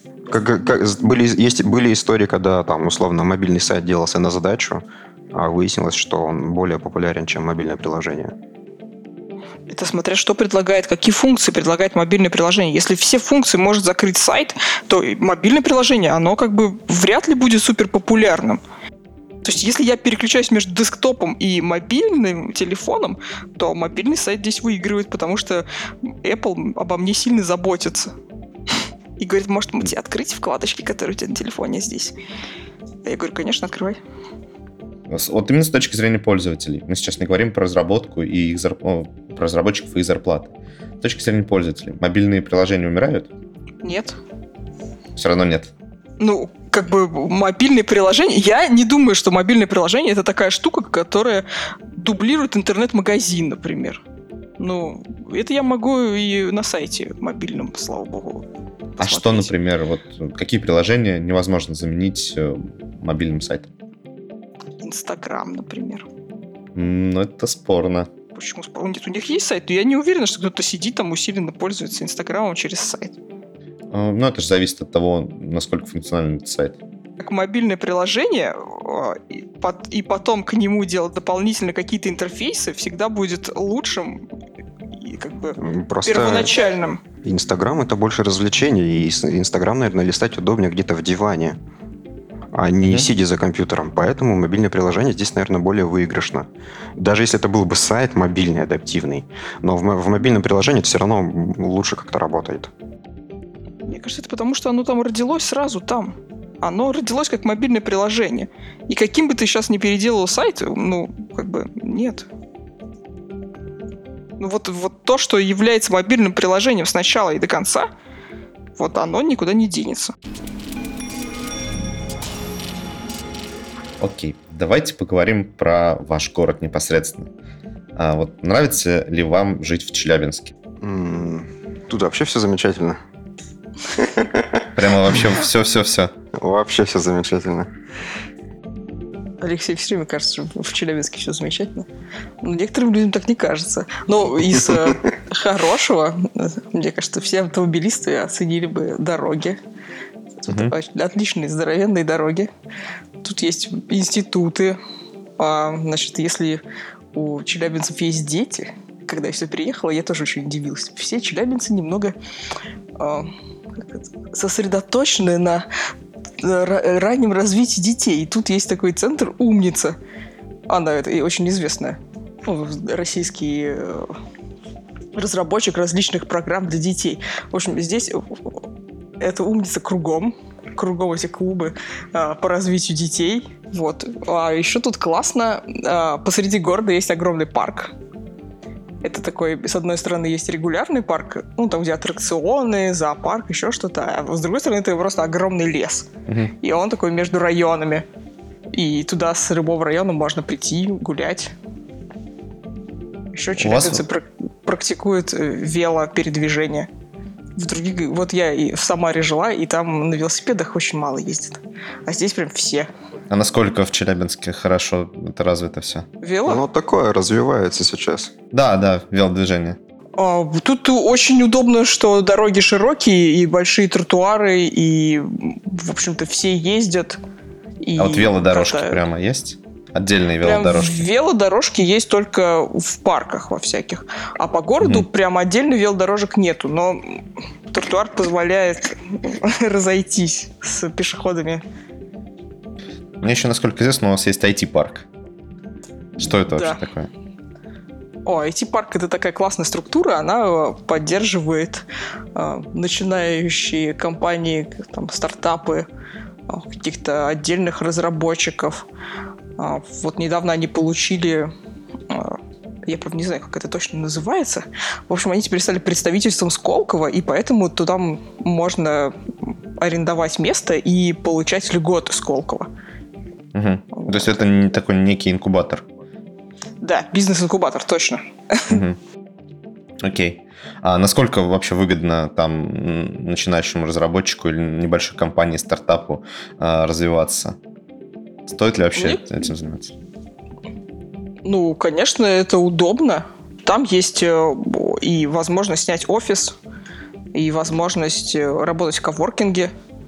Были истории, когда там, условно, мобильный сайт делался на задачу, а выяснилось, что он более популярен, чем мобильное приложение. Это смотря что предлагает, какие функции предлагает мобильное приложение. Если все функции может закрыть сайт, то мобильное приложение, оно как бы вряд ли будет супер популярным. То есть, если я переключаюсь между десктопом и мобильным телефоном, то мобильный сайт здесь выигрывает, потому что Apple обо мне сильно заботится. И говорит, может, мы тебе открыть вкладочки, которые у тебя на телефоне здесь? А я говорю, конечно, открывай. Вот именно с точки зрения пользователей. Мы сейчас не говорим про разработку и про разработчиков и их зарплаты. С точки зрения пользователей. Мобильные приложения умирают? Нет. Все равно нет. Ну, как бы мобильные приложения... Я не думаю, что мобильное приложение — это такая штука, которая дублирует интернет-магазин, например. Ну, это я могу и на сайте мобильном, слава богу, посмотреть. А что, например, вот какие приложения невозможно заменить мобильным сайтом? Инстаграм, например. Ну, это спорно. Почему спорно? Нет, у них есть сайт, но я не уверен, что кто-то сидит там усиленно пользуется Инстаграмом через сайт. Ну, это же зависит от того, насколько функциональный этот сайт. как мобильное приложение, и потом к нему делать дополнительно какие-то интерфейсы, всегда будет лучшим и как бы просто первоначальным. Инстаграм — это больше развлечение, и Инстаграм, наверное, листать удобнее где-то в диване, а не сидя за компьютером. Поэтому мобильное приложение здесь, наверное, более выигрышно. Даже если это был бы сайт мобильный, адаптивный. Но в мобильном приложении это все равно лучше как-то работает. Мне кажется, это потому, что оно там родилось сразу там. Оно родилось как мобильное приложение. И каким бы ты сейчас ни переделал сайт, нет. Вот то, что является мобильным приложением с начала и до конца, вот оно никуда не денется. Окей, давайте поговорим про ваш город непосредственно. Вот нравится ли вам жить в Челябинске? Тут вообще все замечательно. Прямо вообще все. Вообще все замечательно. Алексей, все время кажется, что в Челябинске все замечательно. Но некоторым людям так не кажется. Но из хорошего, мне кажется, все автомобилисты оценили бы дороги. Отличные, здоровенные дороги. Тут есть институты. Значит, если у челябинцев есть дети, когда я сюда приехала, я тоже очень удивилась. Все челябинцы немного сосредоточены на раннем развитии детей. И тут есть такой центр «Умница». Она очень известная. Российский разработчик различных программ для детей. В общем, здесь это «Умница» кругом эти клубы по развитию детей. Вот. А еще тут классно. Посреди города есть огромный парк. Это такой, с одной стороны, есть регулярный парк, там, где аттракционы, зоопарк, еще что-то. А с другой стороны, это просто огромный лес. И он такой между районами. И туда с любого района можно прийти, гулять. Еще челябинцы практикуют велопередвижение. Вот я и в Самаре жила, и там на велосипедах очень мало ездят. А здесь прям все. А насколько в Челябинске хорошо это развито все? Вело? Оно такое развивается сейчас. Да, велодвижение. Тут очень удобно, что дороги широкие и большие тротуары, и, в общем-то, все ездят. А вот велодорожки прямо есть? Отдельные велодорожки? Прям велодорожки есть только в парках во всяких. А по городу прям отдельно велодорожек нету. Но тротуар позволяет разойтись с пешеходами. Мне еще, насколько известно, у вас есть IT-парк. Что это вообще такое? IT-парк — это такая классная структура. Она поддерживает начинающие компании, стартапы, каких-то отдельных разработчиков. Вот недавно они получили, я правда не знаю, как это точно называется. В общем, они теперь стали представительством Сколково, и поэтому туда можно арендовать место и получать льготы Сколково. То есть это такой некий инкубатор? Да, бизнес-инкубатор, точно. Окей. А насколько вообще выгодно там начинающему разработчику или небольшой компании, стартапу развиваться? Стоит ли вообще этим заниматься? Конечно, это удобно. Там есть и возможность снять офис, и возможность работать в коворкинге.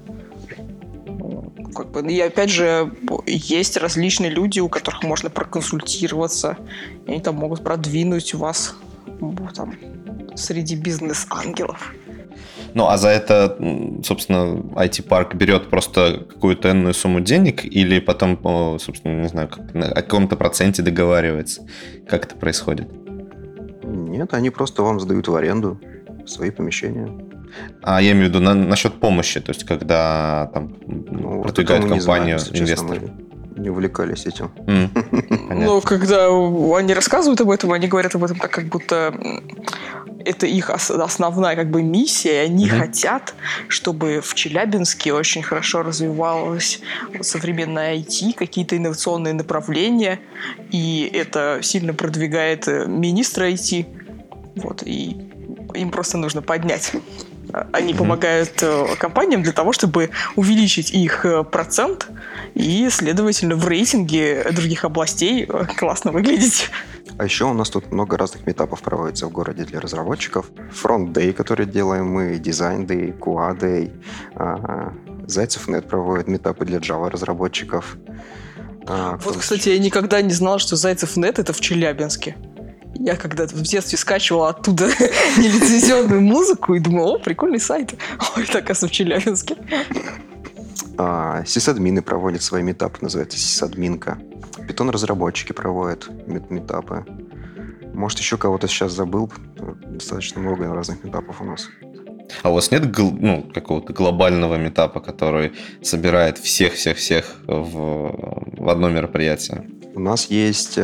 И опять же, есть различные люди, у которых можно проконсультироваться, и они там могут продвинуть вас среди бизнес-ангелов. А за это, собственно, IT-парк берет просто какую-то энную сумму денег или потом, собственно, не знаю, о каком-то проценте договаривается? Как это происходит? Нет, они просто вам сдают в аренду свои помещения. А я имею в виду насчет помощи, то есть когда там продвигают компанию инвесторы. Не увлекались этим. Когда они рассказывают об этом, они говорят об этом так, как будто это их основная миссия. Они хотят, чтобы в Челябинске очень хорошо развивалось современное IT, какие-то инновационные направления, и это сильно продвигает министра IT. И им просто нужно поднять. Они помогают компаниям для того, чтобы увеличить их процент и, следовательно, в рейтинге других областей классно выглядеть. А еще у нас тут много разных митапов проводится в городе для разработчиков. Front Day, который делаем мы, Design Day, QA Day, Зайцев.нет проводит митапы для Java-разработчиков. Кстати, я никогда не знал, что Зайцев.нет — это в Челябинске. Я когда-то в детстве скачивала оттуда нелицензионную музыку и думала, прикольный сайт. Ой, это, оказывается, в Челябинске. Сисадмины проводят свои митапы, называется Сисадминка. Python-разработчики проводят митапы. Может, еще кого-то сейчас забыл. Достаточно много разных митапов у нас. А у вас нет какого-то глобального митапа, который собирает всех-всех-всех в одно мероприятие? У нас есть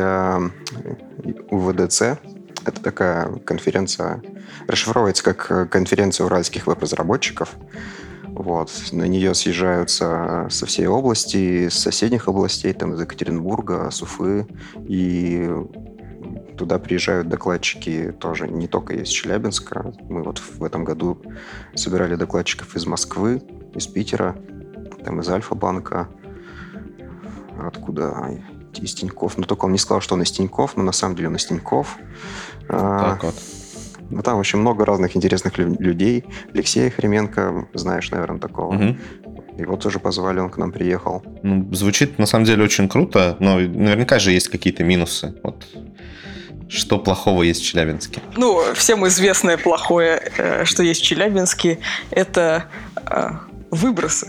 УВДЦ. Это такая конференция, расшифровывается как конференция уральских веб-разработчиков. Вот. На нее съезжаются со всей области, с соседних областей, там, из Екатеринбурга, с Уфы. И туда приезжают докладчики тоже не только из Челябинска. Мы вот в этом году собирали докладчиков из Москвы, из Питера, там из Альфа-банка. Откуда? Из Тинькофф. Но только он не сказал, что он из Тинькофф, но на самом деле он из Тинькофф. Так вот. Ну, там очень много разных интересных людей. Алексея Хременко, знаешь, наверное, такого. Угу. Его тоже позвали, он к нам приехал. Звучит, на самом деле, очень круто, но наверняка же есть какие-то минусы. Вот. Что плохого есть в Челябинске? Всем известное плохое, что есть в Челябинске, это выбросы.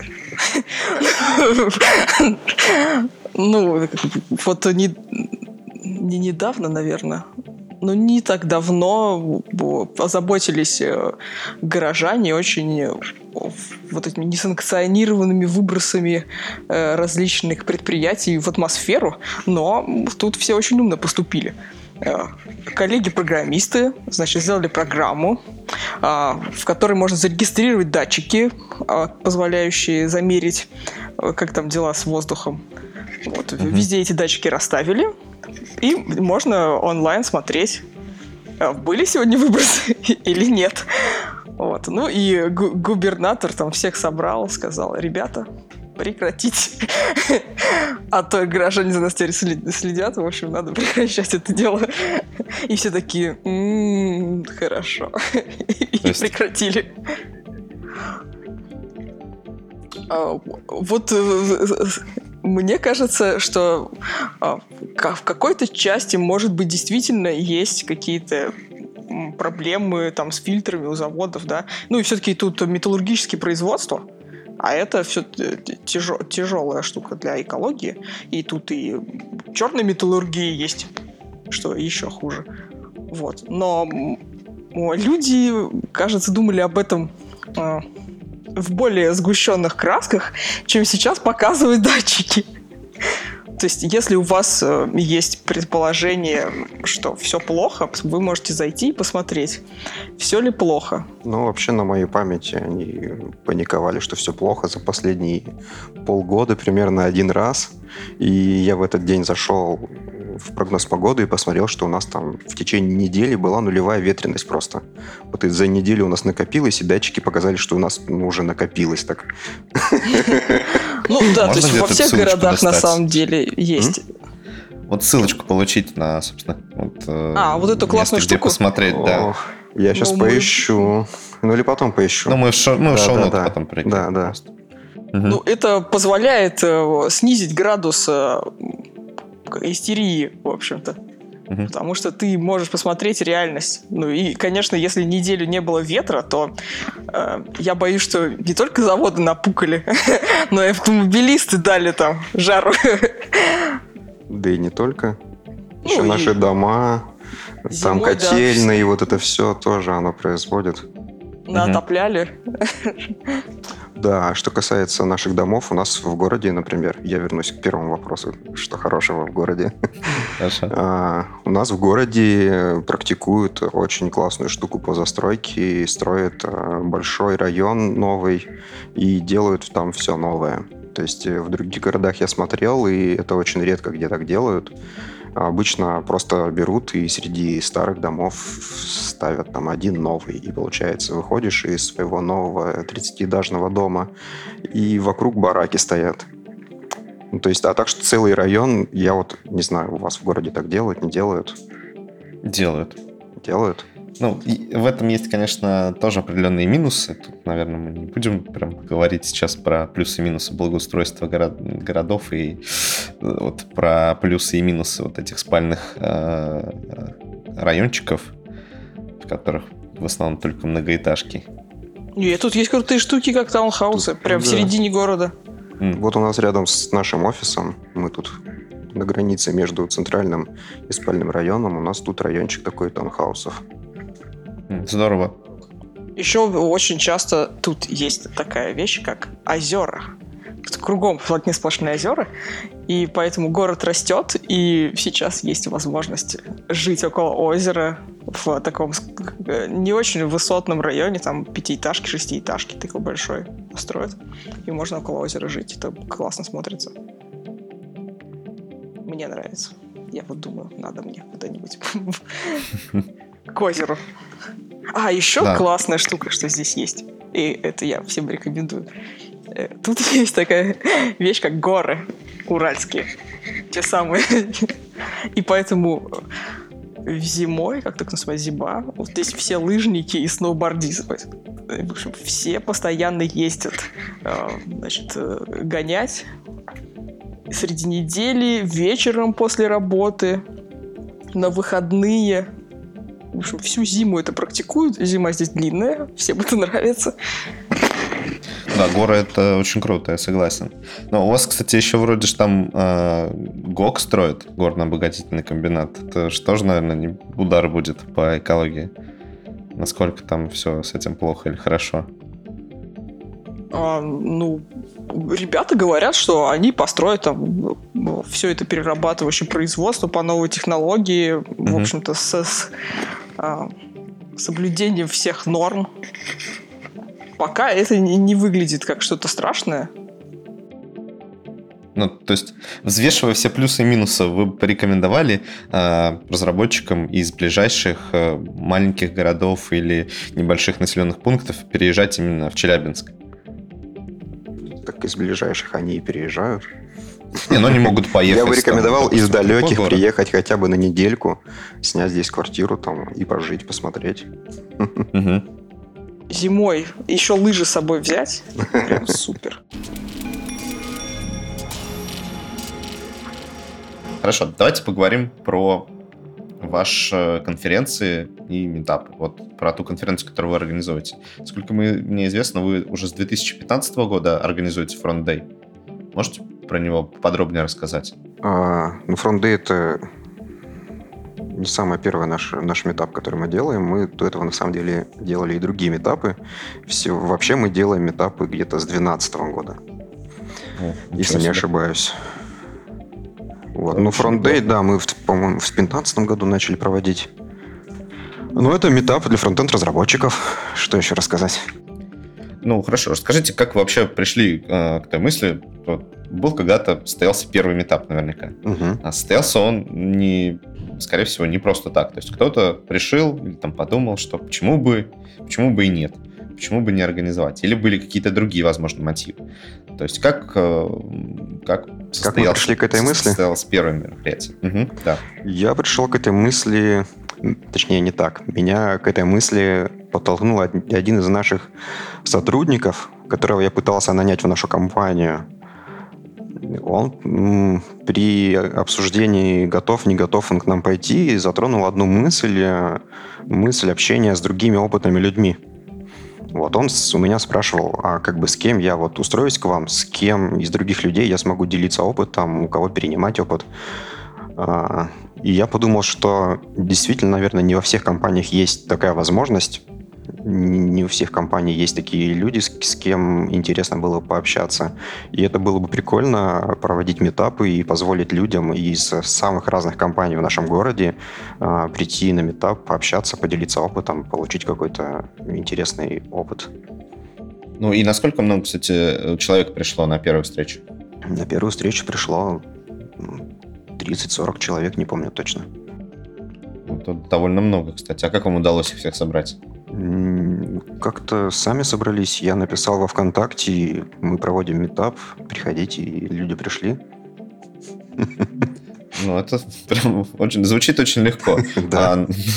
Вот не недавно, наверное, не так давно озаботились горожане очень вот этими несанкционированными выбросами различных предприятий в атмосферу, но тут все очень умно поступили. Коллеги-программисты, сделали программу, в которой можно зарегистрировать датчики, позволяющие замерить, как там дела с воздухом. Вот. Везде эти датчики расставили, и можно онлайн смотреть, были сегодня выбросы или нет. Вот. И губернатор там всех собрал, сказал: ребята, прекратите. А то граждане за нас теперь следят. В общем, надо прекращать это дело. И все такие: хорошо. И прекратили. Вот мне кажется, что в какой-то части, может быть, действительно есть какие-то проблемы там с фильтрами у заводов, да. И все-таки тут металлургические производства, а это все тяжелая штука для экологии. И тут и черная металлургия есть, что еще хуже. Вот. Но люди, кажется, думали об этом в более сгущенных красках, чем сейчас показывают датчики. То есть, если у вас есть предположение, что все плохо, вы можете зайти и посмотреть, все ли плохо. Вообще, на моей памяти они паниковали, что все плохо за последние полгода примерно один раз. И я в этот день зашел в прогноз погоды и посмотрел, что у нас там в течение недели была нулевая ветренность просто. Вот за неделю у нас накопилось, и датчики показали, что у нас уже накопилось так. То есть во всех городах на самом деле есть. Вот ссылочку получить на, собственно, вот эту классную место, штуку? Где посмотреть, да. Я сейчас поищу. Или потом поищу. Мы в шоу-ноты потом прикинем. Да. Это позволяет снизить градус истерии, в общем-то. Потому что ты можешь посмотреть реальность. И, конечно, если неделю не было ветра, то я боюсь, что не только заводы напукали, но и автомобилисты дали там жару. Да и не только. Еще наши дома, там котельные, и вот это все тоже оно производит. Отопляли. Да, что касается наших домов, у нас в городе, например, я вернусь к первому вопросу, что хорошего в городе. У нас в городе практикуют очень классную штуку по застройке, строят большой район новый и делают там все новое. То есть в других городах я смотрел, и это очень редко где так делают. Обычно просто берут и среди старых домов ставят там один новый. И получается, выходишь из своего нового 30-этажного дома, и вокруг бараки стоят. То есть, так что целый район, я не знаю, у вас в городе так делают, не делают? Делают. Делают? Ну, и в этом есть, конечно, тоже определенные минусы. Тут, наверное, мы не будем прям говорить сейчас про плюсы и минусы благоустройства городов и вот про плюсы и минусы вот этих спальных райончиков, в которых в основном только многоэтажки. Нет, тут есть крутые штуки, как таунхаусы, прям в середине города. Вот у нас рядом с нашим офисом, мы тут на границе между центральным и спальным районом, у нас тут райончик такой таунхаусов. Здорово. Еще очень часто тут есть такая вещь, как озера. Кругом одни сплошные озера, и поэтому город растет, и сейчас есть возможность жить около озера в таком не очень высотном районе, там 5-этажки, 6-этажки такой большой строят, и можно около озера жить. Это классно смотрится. Мне нравится. Я вот думаю, надо мне куда-нибудь к озеру. А, еще классная штука, что здесь есть. И это я всем рекомендую. Тут есть такая вещь, как горы уральские. Те самые. И поэтому зимой, как так называется, зима, вот здесь все лыжники и сноубордисты. В общем, все постоянно ездят, значит, гонять. Среди недели, вечером после работы, на выходные. В общем, всю зиму это практикуют. Зима здесь длинная, всем это нравится. Да, горы — это очень круто, я согласен. Но у вас, кстати, еще вроде же там ГОК строят, горно-обогатительный комбинат. Это же тоже, наверное, не удар будет по экологии. Насколько там все с этим плохо или хорошо? Ребята говорят, что они построят там все это перерабатывающее производство по новой технологии, в общем-то, с соблюдением всех норм. Пока это не выглядит как что-то страшное. Ну, то есть, взвешивая все плюсы и минусы, вы порекомендовали разработчикам из ближайших маленьких городов или небольших населенных пунктов переезжать именно в Челябинск? Так из ближайших они и переезжают. Но они могут поехать. Я бы рекомендовал из далеких приехать хотя бы на недельку, снять здесь квартиру там и пожить, посмотреть. Зимой еще лыжи с собой взять. Прям супер. Хорошо, давайте поговорим про ваши конференции и митапы. Вот про ту конференцию, которую вы организуете. Насколько мне известно, вы уже с 2015 года организуете Front Day. Можете про него подробнее рассказать? Front Day — это не самый первый наш митап, который мы делаем. Мы до этого, на самом деле, делали и другие митапы. Вообще мы делаем митапы где-то с 2012 года. Если не ошибаюсь. Вот. Front Day, да, мы, по-моему, в 2015 году начали проводить. Это митап для фронтенд-разработчиков. Что еще рассказать? Хорошо. Расскажите, как вы вообще пришли к той мысли? Был когда-то, состоялся первый митап наверняка. А состоялся он, скорее всего, не просто так. То есть кто-то решил или там подумал, что почему бы и нет. Почему бы не организовать? Или были какие-то другие, возможно, мотивы? То есть как мы пришли к этой мысли? Состоялось первое мероприятие. Да. Я пришел к этой мысли, точнее не так. Меня к этой мысли подтолкнул один из наших сотрудников, которого я пытался нанять в нашу компанию. Он при обсуждении, не готов он к нам пойти, затронул одну мысль общения с другими опытными людьми. Вот он у меня спрашивал, а с кем я устроюсь к вам, с кем из других людей я смогу делиться опытом, у кого перенимать опыт. И я подумал, что действительно, наверное, не во всех компаниях есть такая возможность. Не у всех компаний есть такие люди, с кем интересно было пообщаться. И это было бы прикольно проводить митапы и позволить людям из самых разных компаний в нашем городе прийти на митап, пообщаться, поделиться опытом, получить какой-то интересный опыт. И насколько много, кстати, человек пришло на первую встречу? На первую встречу пришло 30-40 человек, не помню точно. Это довольно много, кстати. А как вам удалось их всех собрать? Как-то сами собрались. Я написал во ВКонтакте, мы проводим митап, приходите, и люди пришли. Это прям звучит очень легко. Да.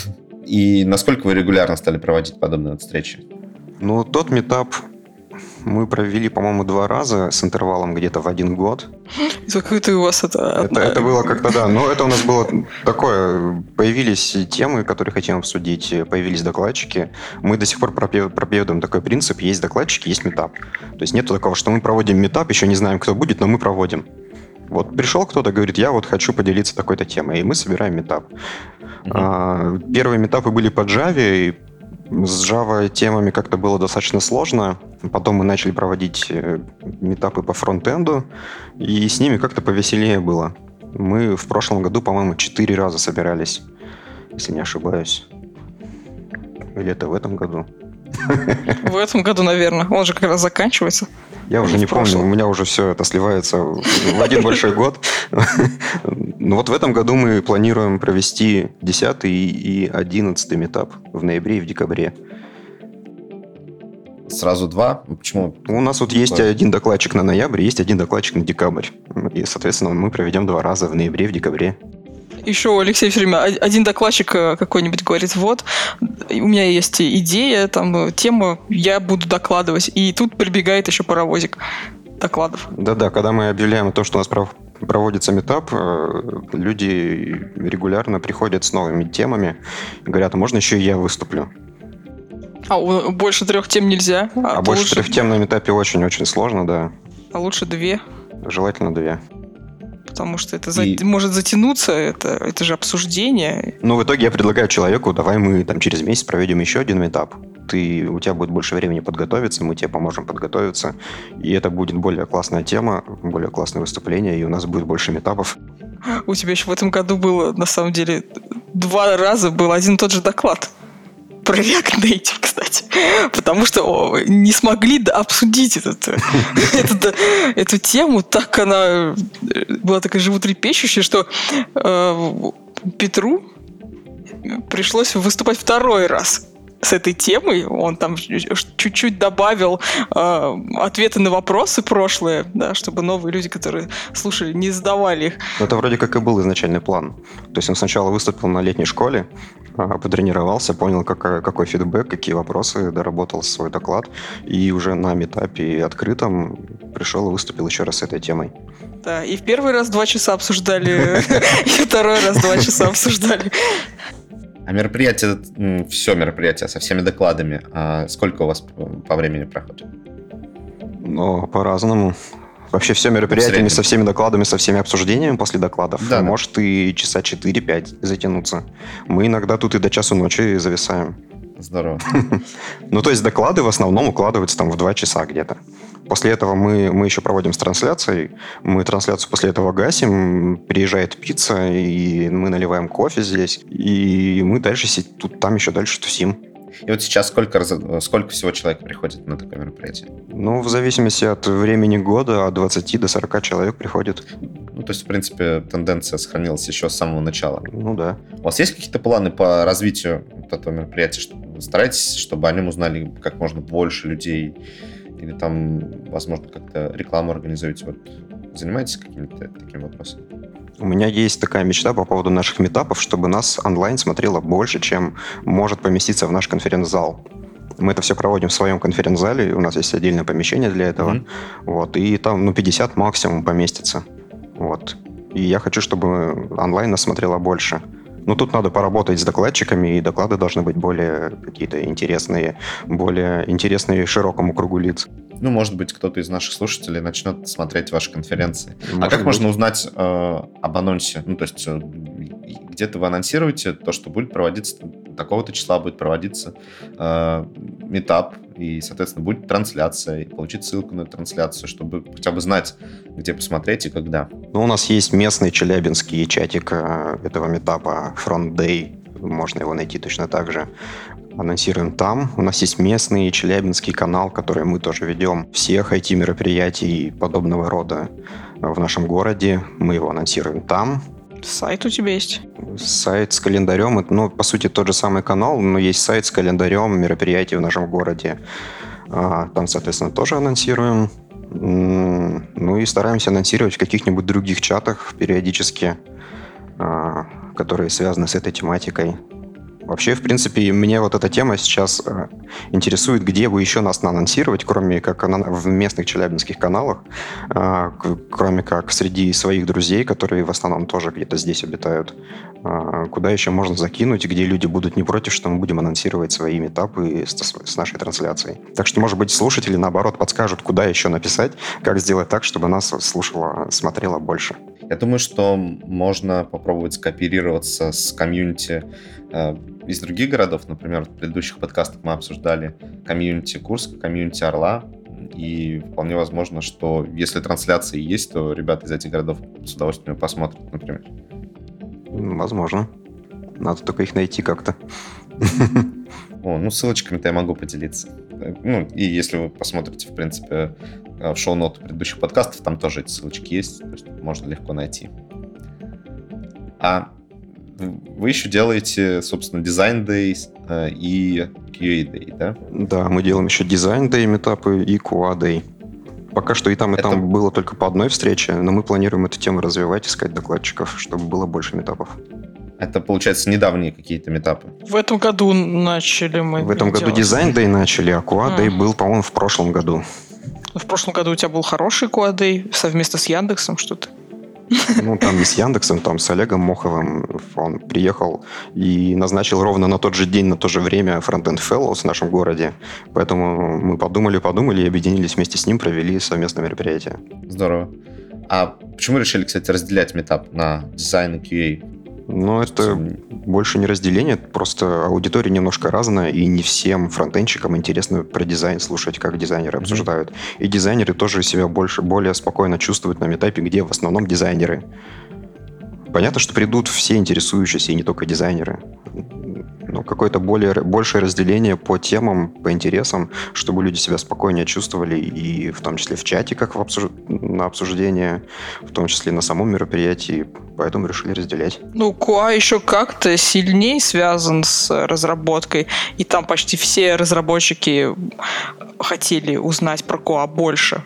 И насколько вы регулярно стали проводить подобные вот встречи? Ну, тот митап мы провели, по-моему, 2 раза с интервалом где-то в 1 год. Какой-то у вас Это было как-то, да. Но это у нас было такое. Появились темы, которые хотим обсудить, появились докладчики. Мы до сих пор проповедуем такой принцип: есть докладчики, есть митап. То есть нету такого, что мы проводим митап, еще не знаем, кто будет, но мы проводим. Вот пришел кто-то, говорит, я вот хочу поделиться такой-то темой, и мы собираем митап. Первые митапы были по Java, и с Java темами как-то было достаточно сложно. Потом мы начали проводить митапы по фронтенду, и с ними как-то повеселее было. Мы в прошлом году, по-моему, 4 раза собирались, если не ошибаюсь. Или это в этом году? В этом году, наверное. Он же как раз заканчивается. Я уже не помню, у меня уже все это сливается в один большой год. Но вот в этом году мы планируем провести 10 и 11 митап в ноябре и в декабре. Сразу 2? Почему? У нас вот есть один докладчик на ноябрь, есть один докладчик на декабрь. И, соответственно, мы проведем 2 раза в ноябре и в декабре. Еще Алексей все время, один докладчик какой-нибудь говорит, вот, у меня есть идея, там, тема, я буду докладывать. И тут прибегает еще паровозик докладов. Да-да, когда мы объявляем о том, что у нас проводится митап, люди регулярно приходят с новыми темами и говорят, а можно еще и я выступлю? А больше 3 тем нельзя? А больше 3 тем на митапе очень-очень сложно, да. А лучше 2? Желательно 2. Потому что это может затянуться, это же обсуждение. Ну, в итоге я предлагаю человеку, давай мы там через месяц проведем еще один митап. У тебя будет больше времени подготовиться, мы тебе поможем подготовиться. И это будет более классная тема, более классное выступление, и у нас будет больше митапов. У тебя еще в этом году было, на самом деле, 2 раза был один и тот же доклад. Про React Native, кстати. Потому что не смогли обсудить эту тему. Так она была такая животрепещущая, что Петру пришлось выступать 2-й раз с этой темой. Он там чуть-чуть добавил ответы на вопросы прошлые, да, чтобы новые люди, которые слушали, не задавали их. Это вроде как и был изначальный план. То есть он сначала выступил на летней школе, потренировался, понял, какой фидбэк, какие вопросы, доработал свой доклад, и уже на митапе открытом пришел и выступил еще раз с этой темой. Да, и в первый раз 2 часа обсуждали, и второй раз 2 часа обсуждали. А мероприятие, все мероприятие со всеми докладами, сколько у вас по времени проходит? Ну, по-разному. Вообще все мероприятиями со всеми докладами, со всеми обсуждениями после докладов может и часа 4-5 затянуться. Мы иногда тут и до часу ночи зависаем. Здорово. Ну, то есть доклады в основном укладываются там в 2 часа где-то. После этого мы еще проводим с трансляцией. Мы трансляцию после этого гасим, приезжает пицца, и мы наливаем кофе здесь. И мы дальше там еще дальше тусим. И вот сейчас сколько всего человек приходит на такое мероприятие? Ну, в зависимости от времени года, от 20 до 40 человек приходит. Ну, то есть, в принципе, тенденция сохранилась еще с самого начала. Ну, да. У вас есть какие-то планы по развитию вот этого мероприятия? Вы стараетесь, чтобы о нем узнали как можно больше людей? Или там, возможно, как-то рекламу организуете? Вот занимаетесь какими-то такими вопросами? У меня есть такая мечта по поводу наших митапов, чтобы нас онлайн смотрело больше, чем может поместиться в наш конференц-зал. Мы это все проводим в своем конференц-зале, у нас есть отдельное помещение для этого. Вот, и там 50 максимум поместится. Вот. И я хочу, чтобы онлайн нас смотрело больше. Но тут надо поработать с докладчиками, и доклады должны быть более какие-то интересные, более интересные широкому кругу лиц. Ну, может быть, кто-то из наших слушателей начнет смотреть ваши конференции. А как можно узнать об анонсе? Ну, то есть, где-то вы анонсируете то, что будет проводиться, такого-то числа будет проводиться митап, и, соответственно, будет трансляция, и получить ссылку на трансляцию, чтобы хотя бы знать, где посмотреть и когда. Ну, у нас есть местный челябинский чатик этого митапа Front Day, можно его найти точно так же. Анонсируем там. У нас есть местный челябинский канал, который мы тоже ведем. Всех IT-мероприятий подобного рода в нашем городе. Мы его анонсируем там. Сайт у тебя есть? Сайт с календарем. Ну, по сути, тот же самый канал, но есть сайт с календарем мероприятий в нашем городе. Там, соответственно, тоже анонсируем. Ну и стараемся анонсировать в каких-нибудь других чатах периодически, которые связаны с этой тематикой. Вообще, в принципе, мне вот эта тема сейчас интересует, где бы еще нас анонсировать, кроме как в местных челябинских каналах, кроме как среди своих друзей, которые в основном тоже где-то здесь обитают. Куда еще можно закинуть, где люди будут не против, что мы будем анонсировать свои митапы с нашей трансляцией. Так что, может быть, слушатели, наоборот, подскажут, куда еще написать, как сделать так, чтобы нас слушало, смотрело больше. Я думаю, что можно попробовать скооперироваться с комьюнити из других городов. Например, в предыдущих подкастах мы обсуждали комьюнити Курска, комьюнити Орла. И вполне возможно, что если трансляции есть, то ребята из этих городов с удовольствием посмотрят, например. Возможно. Надо только их найти как-то. Ссылочками-то я могу поделиться. И если вы посмотрите, в принципе, в шоу-ноты предыдущих подкастов, там тоже эти ссылочки есть, то есть можно легко найти. А вы еще делаете, собственно, Design Days и QA Day, да? Да, мы делаем еще Design Day митапы и QA Day. Пока что и там было только по одной встрече, но мы планируем эту тему развивать, искать докладчиков, чтобы было больше митапов. Это, получается, недавние какие-то митапы? В этом году начали мы. В этом году Design Day начали, а QA Day был, по-моему, в прошлом году. В прошлом году у тебя был хороший QA Day совместно с Яндексом что-то? Там не с Яндексом, там с Олегом Моховым. Он приехал и назначил ровно на тот же день, на то же время Frontend Fellows в нашем городе. Поэтому мы подумали и объединились вместе с ним, провели совместное мероприятие. Здорово. А почему решили, кстати, разделять митап на дизайн и QA? Это больше не разделение, просто аудитория немножко разная, и не всем фронтенщикам интересно про дизайн слушать, как дизайнеры обсуждают. И дизайнеры тоже себя более спокойно чувствуют на митапе, где в основном дизайнеры. Понятно, что придут все интересующиеся, и не только дизайнеры. Но какое-то большее разделение по темам, по интересам, чтобы люди себя спокойнее чувствовали, и в том числе в чате, как на обсуждение, в том числе на самом мероприятии. Поэтому решили разделять. QA еще как-то сильнее связан с разработкой, и там почти все разработчики хотели узнать про QA больше.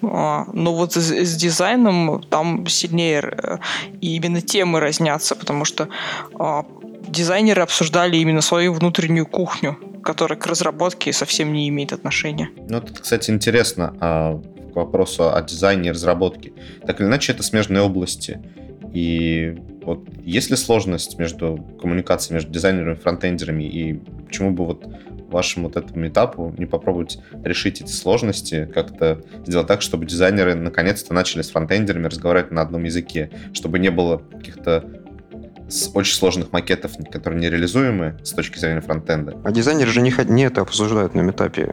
Но вот с дизайном там сильнее и именно темы разнятся, потому что дизайнеры обсуждали именно свою внутреннюю кухню, которая к разработке совсем не имеет отношения. Это, кстати, интересно к вопросу о дизайне и разработке. Так или иначе, это смежные области. И вот есть ли сложность между коммуникацией между дизайнерами и фронтендерами, и почему бы вашему этому этапу не попробовать решить эти сложности, как-то сделать так, чтобы дизайнеры наконец-то начали с фронтендерами разговаривать на одном языке, чтобы не было каких-то очень сложных макетов, которые нереализуемы с точки зрения фронтенда. А дизайнеры же не это обсуждают на митапе.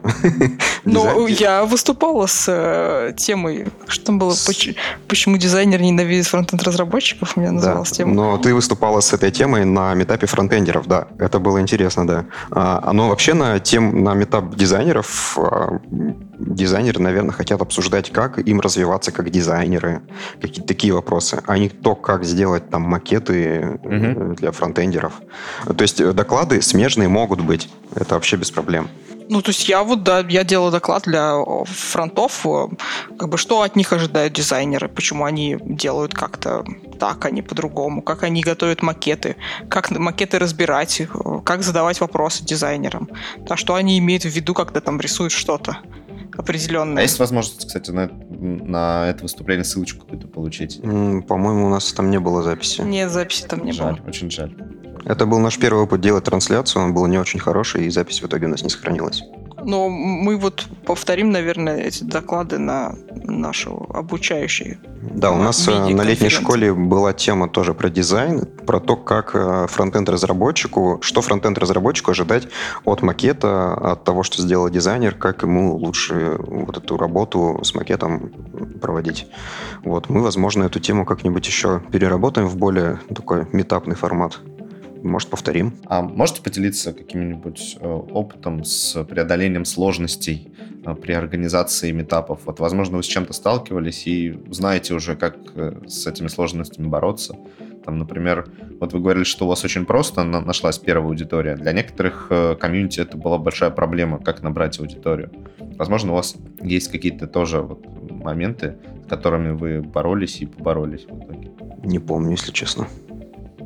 Я выступала с темой, что там было, почему дизайнер ненавидит фронтенд-разработчиков, у меня называлась тема. Но ты выступала с этой темой на митапе фронтендеров, да. Это было интересно, да. Но вообще на митап дизайнеров дизайнеры, наверное, хотят обсуждать, как им развиваться как дизайнеры, какие-то такие вопросы, а не то, как сделать там макеты для фронтендеров. То есть доклады смежные могут быть. Это вообще без проблем. То есть я делала доклад для фронтов, что от них ожидают дизайнеры, почему они делают как-то так, а не по-другому, как они готовят макеты, как макеты разбирать, как задавать вопросы дизайнерам, что они имеют в виду, когда там рисуют что-то определенное. А есть возможность, кстати, на это выступление ссылочку какую-то получить? По-моему, у нас там не было записи. Нет, записи там не было. Жаль, очень жаль. Это был наш первый опыт делать трансляцию, он был не очень хороший, и запись в итоге у нас не сохранилась. Но мы повторим, наверное, эти доклады на нашу обучающую. Да, у нас на летней школе была тема тоже про дизайн, про то, как что фронтенд-разработчику ожидать от макета, от того, что сделал дизайнер, как ему лучше эту работу с макетом проводить. Мы, возможно, эту тему как-нибудь еще переработаем в более такой митапный формат. Может, повторим. А можете поделиться каким-нибудь опытом с преодолением сложностей при организации митапов? Возможно, вы с чем-то сталкивались и знаете уже, как с этими сложностями бороться. Например, вы говорили, что у вас очень просто нашлась первая аудитория. Для некоторых комьюнити это была большая проблема, как набрать аудиторию. Возможно, у вас есть какие-то тоже моменты, с которыми вы боролись и поборолись в итоге. Не помню, если честно.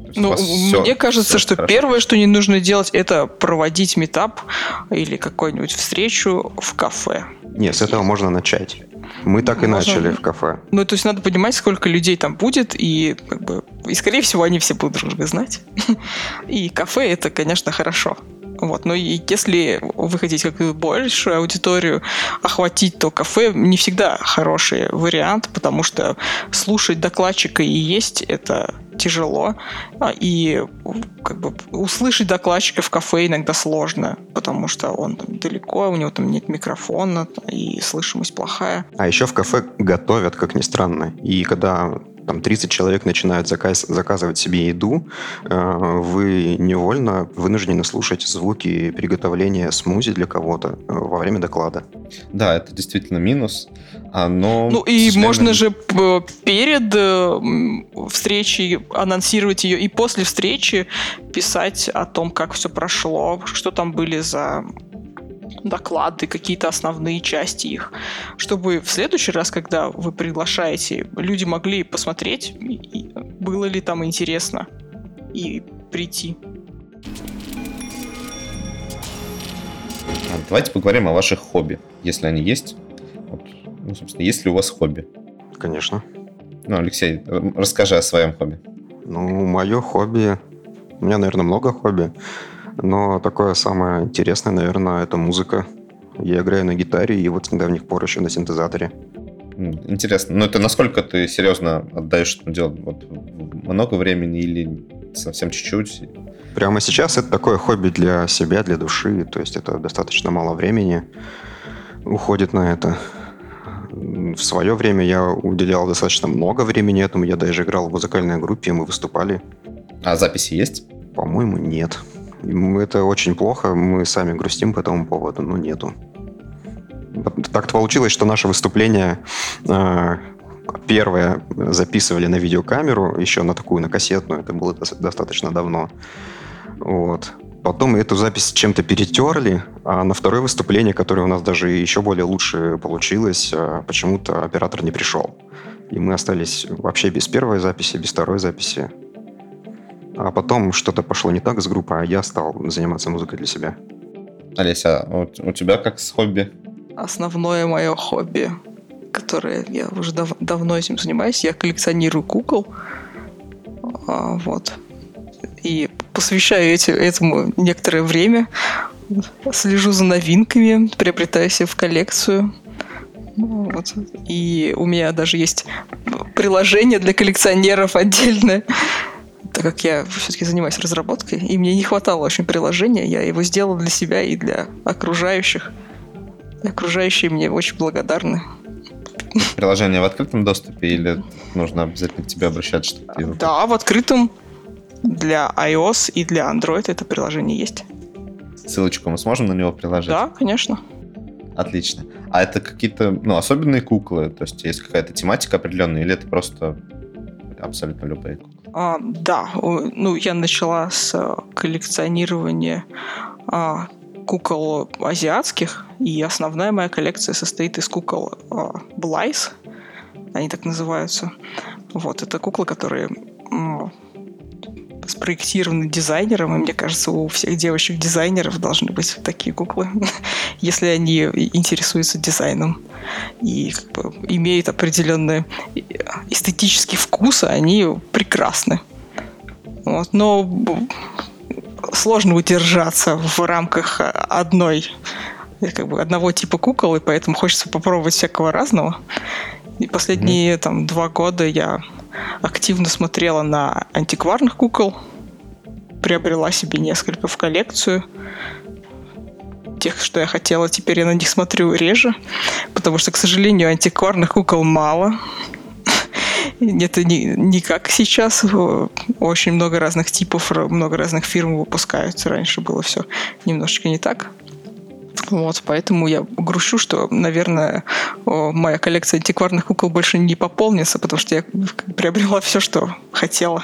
Ну, мне кажется, что хорошо. Первое, что не нужно делать, это проводить митап или какую-нибудь встречу в кафе. Нет, с этого можно начать. Мы так и начали в кафе. Ну, то есть надо понимать, сколько людей там будет, и скорее всего, они все будут друг друга знать. И кафе — это, конечно, хорошо. Вот. Но и если вы хотите как большую аудиторию охватить, то кафе не всегда хороший вариант, потому что слушать докладчика и есть это тяжело, и услышать докладчика в кафе иногда сложно, потому что он там далеко, у него там нет микрофона, и слышимость плохая. А еще в кафе готовят, как ни странно, и когда там 30 человек начинают заказывать себе еду, вы невольно вынуждены слушать звуки приготовления смузи для кого-то во время доклада. Да, это действительно минус. Но, ну и можно же перед встречей анонсировать ее, и после встречи писать о том, как все прошло, что там были за доклады, какие-то основные части их, чтобы в следующий раз, когда вы приглашаете, люди могли посмотреть, было ли там интересно, и прийти. Давайте поговорим о ваших хобби, если они есть. Ну, собственно, есть ли у вас хобби? Конечно. Ну, Алексей, расскажи о своем хобби. Ну, мое хобби... У меня, наверное, много хобби. Но такое самое интересное, наверное, это музыка. Я играю на гитаре, и вот с недавних пор еще на синтезаторе. Интересно. Но это насколько ты серьезно отдаешь этому делу? Вот много времени или совсем чуть-чуть? Прямо сейчас это такое хобби для себя, для души. То есть это достаточно мало времени уходит на это. В свое время я уделял достаточно много времени этому. Я даже играл в музыкальной группе, мы выступали. А записи есть? По-моему, нет. Это очень плохо, мы сами грустим по этому поводу, но нету. Так получилось, что наше выступление первое записывали на видеокамеру, еще на такую, на кассетную, это было достаточно давно. Вот. Потом эту запись чем-то перетерли, а на второе выступление, которое у нас даже еще более лучше получилось, почему-то оператор не пришел. И мы остались вообще без первой записи, без второй записи. А потом что-то пошло не так с группой, а я стал заниматься музыкой для себя. Олеся, у тебя как с хобби? Основное мое хобби, которое я уже давно этим занимаюсь, я коллекционирую кукол. Вот. И посвящаю этому некоторое время. Слежу за новинками, приобретаю себе в коллекцию. Вот. И у меня даже есть приложение для коллекционеров отдельное. Так как я все-таки занимаюсь разработкой, и мне не хватало очень приложения, я его сделал для себя и для окружающих. И окружающие мне очень благодарны. Приложение в открытом доступе или нужно обязательно к тебе обращаться? Чтобы ты его... Да, в открытом. Для iOS и для Android это приложение есть. Ссылочку мы сможем на него приложить? Да, конечно. Отлично. А это какие-то особенные куклы? То есть есть какая-то тематика определенная или это просто абсолютно любые куклы? Да. Ну, я начала с коллекционирования кукол азиатских, и основная моя коллекция состоит из кукол Блайс. Они так называются. Вот, это куклы, которые спроектированы дизайнером, и мне кажется, у всех девочек-дизайнеров должны быть такие куклы, если они интересуются дизайном и имеют определенный эстетический вкус, они прекрасны. Вот. Но сложно удержаться в рамках одного типа кукол, и поэтому хочется попробовать всякого разного. И последние 2 года я активно смотрела на антикварных кукол, приобрела себе несколько в коллекцию. Тех, что я хотела, теперь я на них смотрю реже, потому что, к сожалению, антикварных кукол мало. Это не как сейчас. Очень много разных типов, много разных фирм выпускаются. Раньше было все немножечко не так. Вот, поэтому я грущу, что, наверное, моя коллекция антикварных кукол больше не пополнится, потому что я приобрела все, что хотела.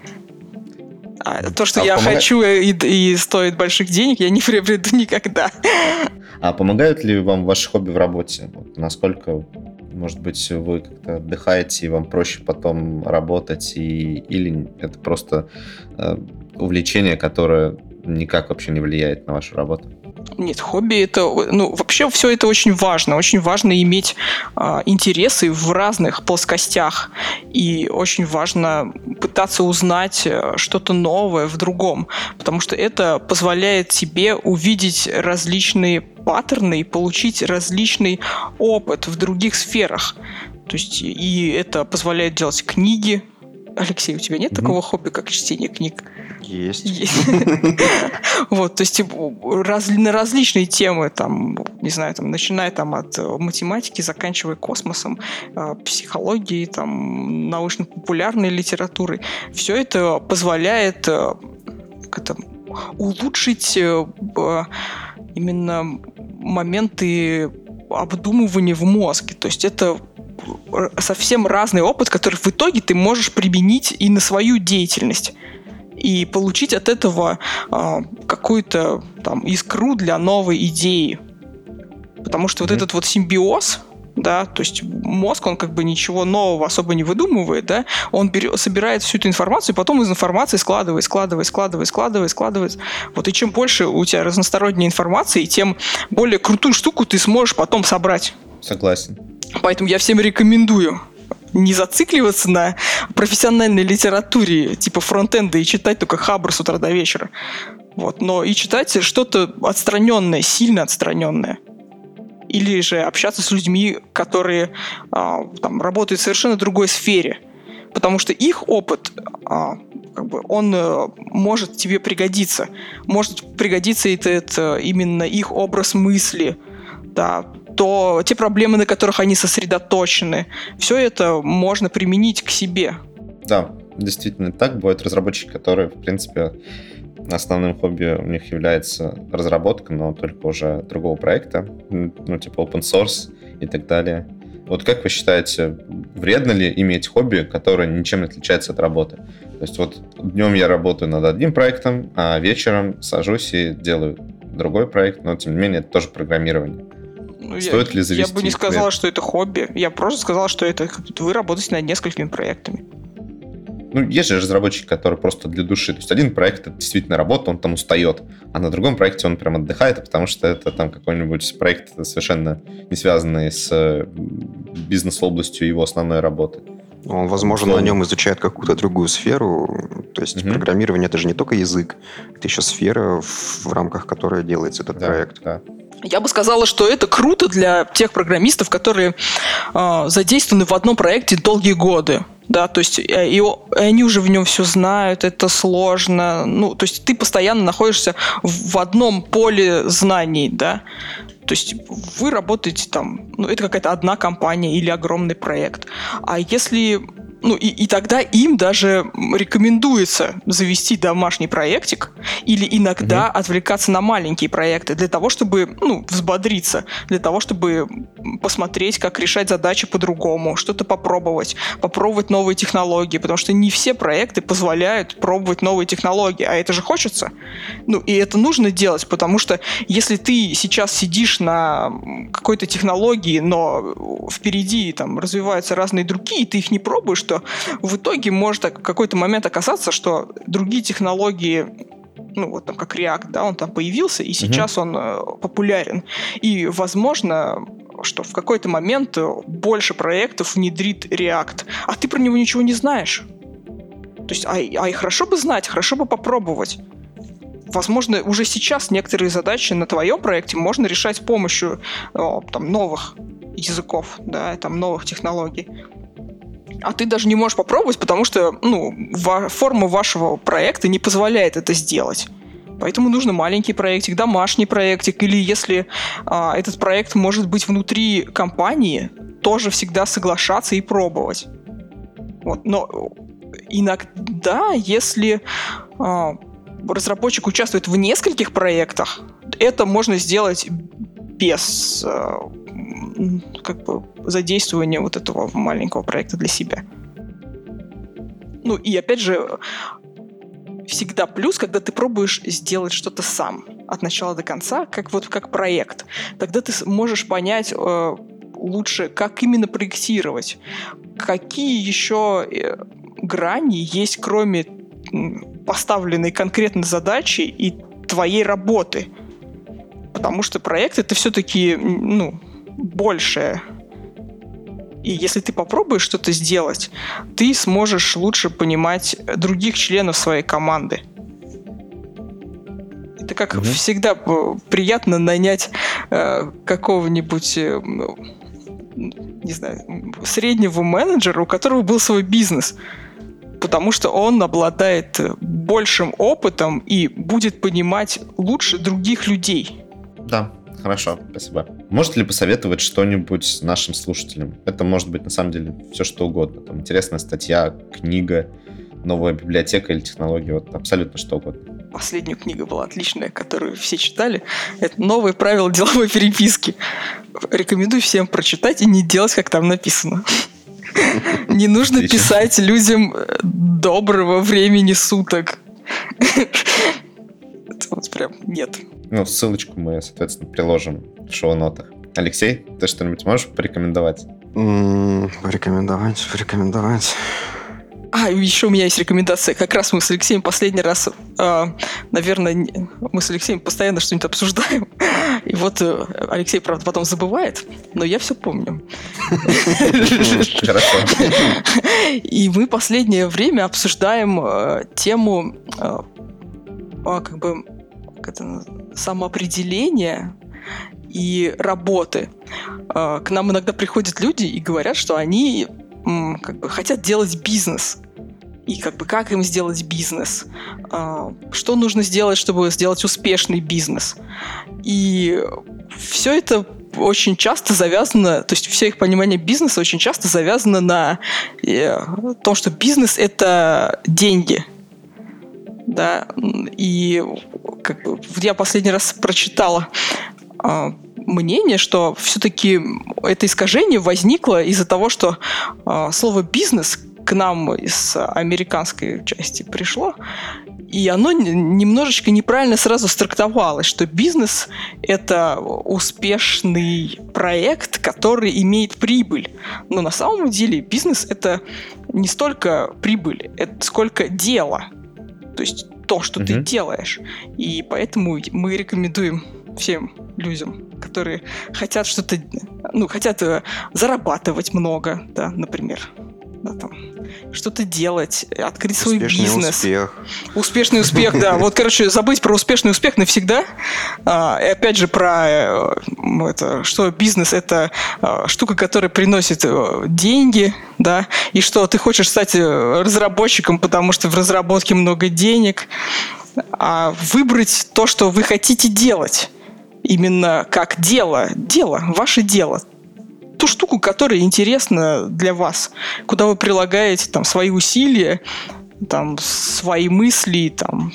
А то, что я хочу и стоит больших денег, я не приобрету никогда. А помогают ли вам ваши хобби в работе? Насколько Может быть, вы как-то отдыхаете, и вам проще потом работать, или это просто увлечение, которое никак вообще не влияет на вашу работу? Нет, хобби это, вообще все это очень важно. Очень важно иметь интересы в разных плоскостях. И очень важно пытаться узнать что-то новое в другом. Потому что это позволяет тебе увидеть различные паттерны и получить различный опыт в других сферах. То есть, и это позволяет делать книги. Алексей, у тебя нет такого хобби, как чтение книг? Есть. Вот, то есть на различные темы, там, не знаю, там, начиная там от математики, заканчивая космосом, психологией, там, научно-популярной литературой. Все это позволяет улучшить именно моменты обдумывания в мозге. То есть это совсем разный опыт, который в итоге ты можешь применить и на свою деятельность. И получить от этого какую-то там искру для новой идеи. Потому что вот этот вот симбиоз, да, то есть мозг, он как бы ничего нового особо не выдумывает, да, он собирает всю эту информацию, и потом из информации складывает. Вот и чем больше у тебя разносторонней информации, тем более крутую штуку ты сможешь потом собрать. Согласен. Поэтому я всем рекомендую не зацикливаться на профессиональной литературе типа фронтенда и читать только Хабр с утра до вечера. Вот. Но и читать что-то отстраненное, сильно отстраненное. Или же общаться с людьми, которые там, работают в совершенно другой сфере. Потому что их опыт, он может тебе пригодиться. Может пригодиться это именно их образ мысли, да, те проблемы, на которых они сосредоточены, все это можно применить к себе. Да, действительно так. Бывают разработчики, которые, в принципе, основным хобби у них является разработка, но только уже другого проекта, типа open source и так далее. Вот как вы считаете, вредно ли иметь хобби, которое ничем не отличается от работы? То есть вот днем я работаю над одним проектом, а вечером сажусь и делаю другой проект, но тем не менее это тоже программирование. Стоит ли завести? Я бы не сказала, что это хобби. Я просто сказала, что это вы работаете над несколькими проектами. Есть же разработчики, которые просто для души. То есть один проект — это действительно работа, он там устает, а на другом проекте он прям отдыхает, потому что это там какой-нибудь проект совершенно не связанный с бизнес-областью его основной работы. Он, возможно, на нем изучает какую-то другую сферу. То есть программирование — это же не только язык, это еще сфера, в рамках которой делается этот проект. Да. Я бы сказала, что это круто для тех программистов, которые задействованы в одном проекте долгие годы. Да, то есть и они уже в нем все знают, это сложно. То есть ты постоянно находишься в одном поле знаний, да. То есть вы работаете там, это какая-то одна компания или огромный проект. А если... и тогда им даже рекомендуется завести домашний проектик или иногда отвлекаться на маленькие проекты для того, чтобы взбодриться, для того, чтобы посмотреть, как решать задачи по-другому, что-то попробовать новые технологии, потому что не все проекты позволяют пробовать новые технологии, а это же хочется. И это нужно делать, потому что если ты сейчас сидишь на какой-то технологии, но впереди там развиваются разные другие, и ты их не пробуешь, что в итоге может в какой-то момент оказаться, что другие технологии, вот там как React, да, он там появился, и сейчас он популярен. И возможно, что в какой-то момент больше проектов внедрит React, а ты про него ничего не знаешь. То есть, и хорошо бы знать, хорошо бы попробовать. Возможно, уже сейчас некоторые задачи на твоем проекте можно решать с помощью там, новых языков, да, там, новых технологий. А ты даже не можешь попробовать, потому что форма вашего проекта не позволяет это сделать. Поэтому нужно маленький проектик, домашний проектик, или если этот проект может быть внутри компании, тоже всегда соглашаться и пробовать. Вот. Но иногда, если разработчик участвует в нескольких проектах, это можно сделать без задействования вот этого маленького проекта для себя. И опять же, всегда плюс, когда ты пробуешь сделать что-то сам от начала до конца, как проект. Тогда ты можешь понять лучше, как именно проектировать, какие еще грани есть, кроме поставленной конкретной задачи и твоей работы. Потому что проект — это все-таки, большее. И если ты попробуешь что-то сделать, ты сможешь лучше понимать других членов своей команды. Это как всегда приятно нанять какого-нибудь, не знаю, среднего менеджера, у которого был свой бизнес. Потому что он обладает большим опытом и будет понимать лучше других людей. Да, хорошо, спасибо. Можете ли посоветовать что-нибудь нашим слушателям? Это может быть, на самом деле, все что угодно. Там интересная статья, книга, новая библиотека или технология, вот абсолютно что угодно. Последняя книга была отличная, которую все читали. Это «Новые правила деловой переписки». Рекомендую всем прочитать и не делать, как там написано. Не нужно писать людям доброго времени суток. Это вот прям нет. Ссылочку мы, соответственно, приложим в шоу-нотах. Алексей, ты что-нибудь можешь порекомендовать? Порекомендовать. Еще у меня есть рекомендация. Как раз мы с Алексеем последний раз, наверное, мы с Алексеем постоянно что-нибудь обсуждаем. И вот Алексей, правда, потом забывает, но я все помню. Хорошо. И мы последнее время обсуждаем тему самоопределения и работы. К нам иногда приходят люди и говорят, что они хотят делать бизнес. И как им сделать бизнес? Что нужно сделать, чтобы сделать успешный бизнес? И все это очень часто завязано, то есть все их понимание бизнеса очень часто завязано на том, что бизнес — это деньги. Да? И я последний раз прочитала мнение, что все-таки это искажение возникло из-за того, что слово «бизнес» к нам из американской части пришло, и оно немножечко неправильно сразу стартовалось, что бизнес — это успешный проект, который имеет прибыль. Но на самом деле бизнес — это не столько прибыль, это сколько дело. То есть то, что ты делаешь. И поэтому мы рекомендуем всем людям, которые хотят хотят зарабатывать много, да, например, да, там, что-то делать, открыть свой бизнес. Успешный успех, да. Вот, забыть про успешный успех навсегда. И опять же про что бизнес — это штука, которая приносит деньги, да, и что ты хочешь стать разработчиком, потому что в разработке много денег, а выбрать то, что вы хотите делать. Именно как дело, ваше дело. Ту штуку, которая интересна для вас, куда вы прилагаете там свои усилия, там свои мысли, там.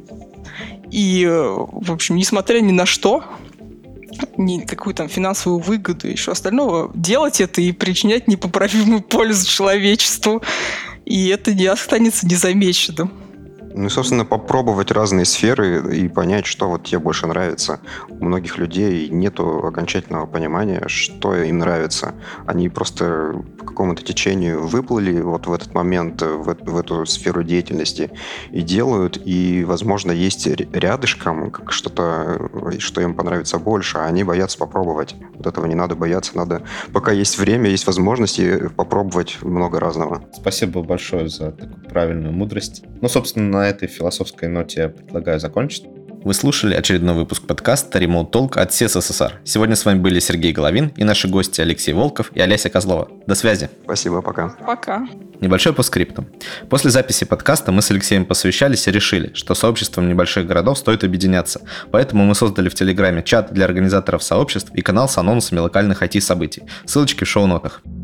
И, в общем, несмотря ни на что, ни какую там финансовую выгоду и еще остального, делать это и причинять непоправимую пользу человечеству, и это не останется незамеченным. Ну и, собственно, попробовать разные сферы и понять, что вот тебе больше нравится. У многих людей нету окончательного понимания, что им нравится. Они просто по какому-то течению выплыли вот в этот момент, в эту сферу деятельности и делают, и, возможно, есть рядышком как что-то, что им понравится больше, а они боятся попробовать. Вот этого не надо бояться, надо, пока есть время, есть возможности, попробовать много разного. Спасибо большое за такую правильную мудрость. Собственно, на этой философской ноте я предлагаю закончить. Вы слушали очередной выпуск подкаста Remote Talk от СССР. Сегодня с вами были Сергей Головин и наши гости Алексей Волков и Олеся Козлова. До связи. Спасибо, пока. Пока. Небольшой по скрипту. После записи подкаста мы с Алексеем посовещались и решили, что сообществам небольших городов стоит объединяться. Поэтому мы создали в Телеграме чат для организаторов сообществ и канал с анонсами локальных IT-событий. Ссылочки в шоу-нотах.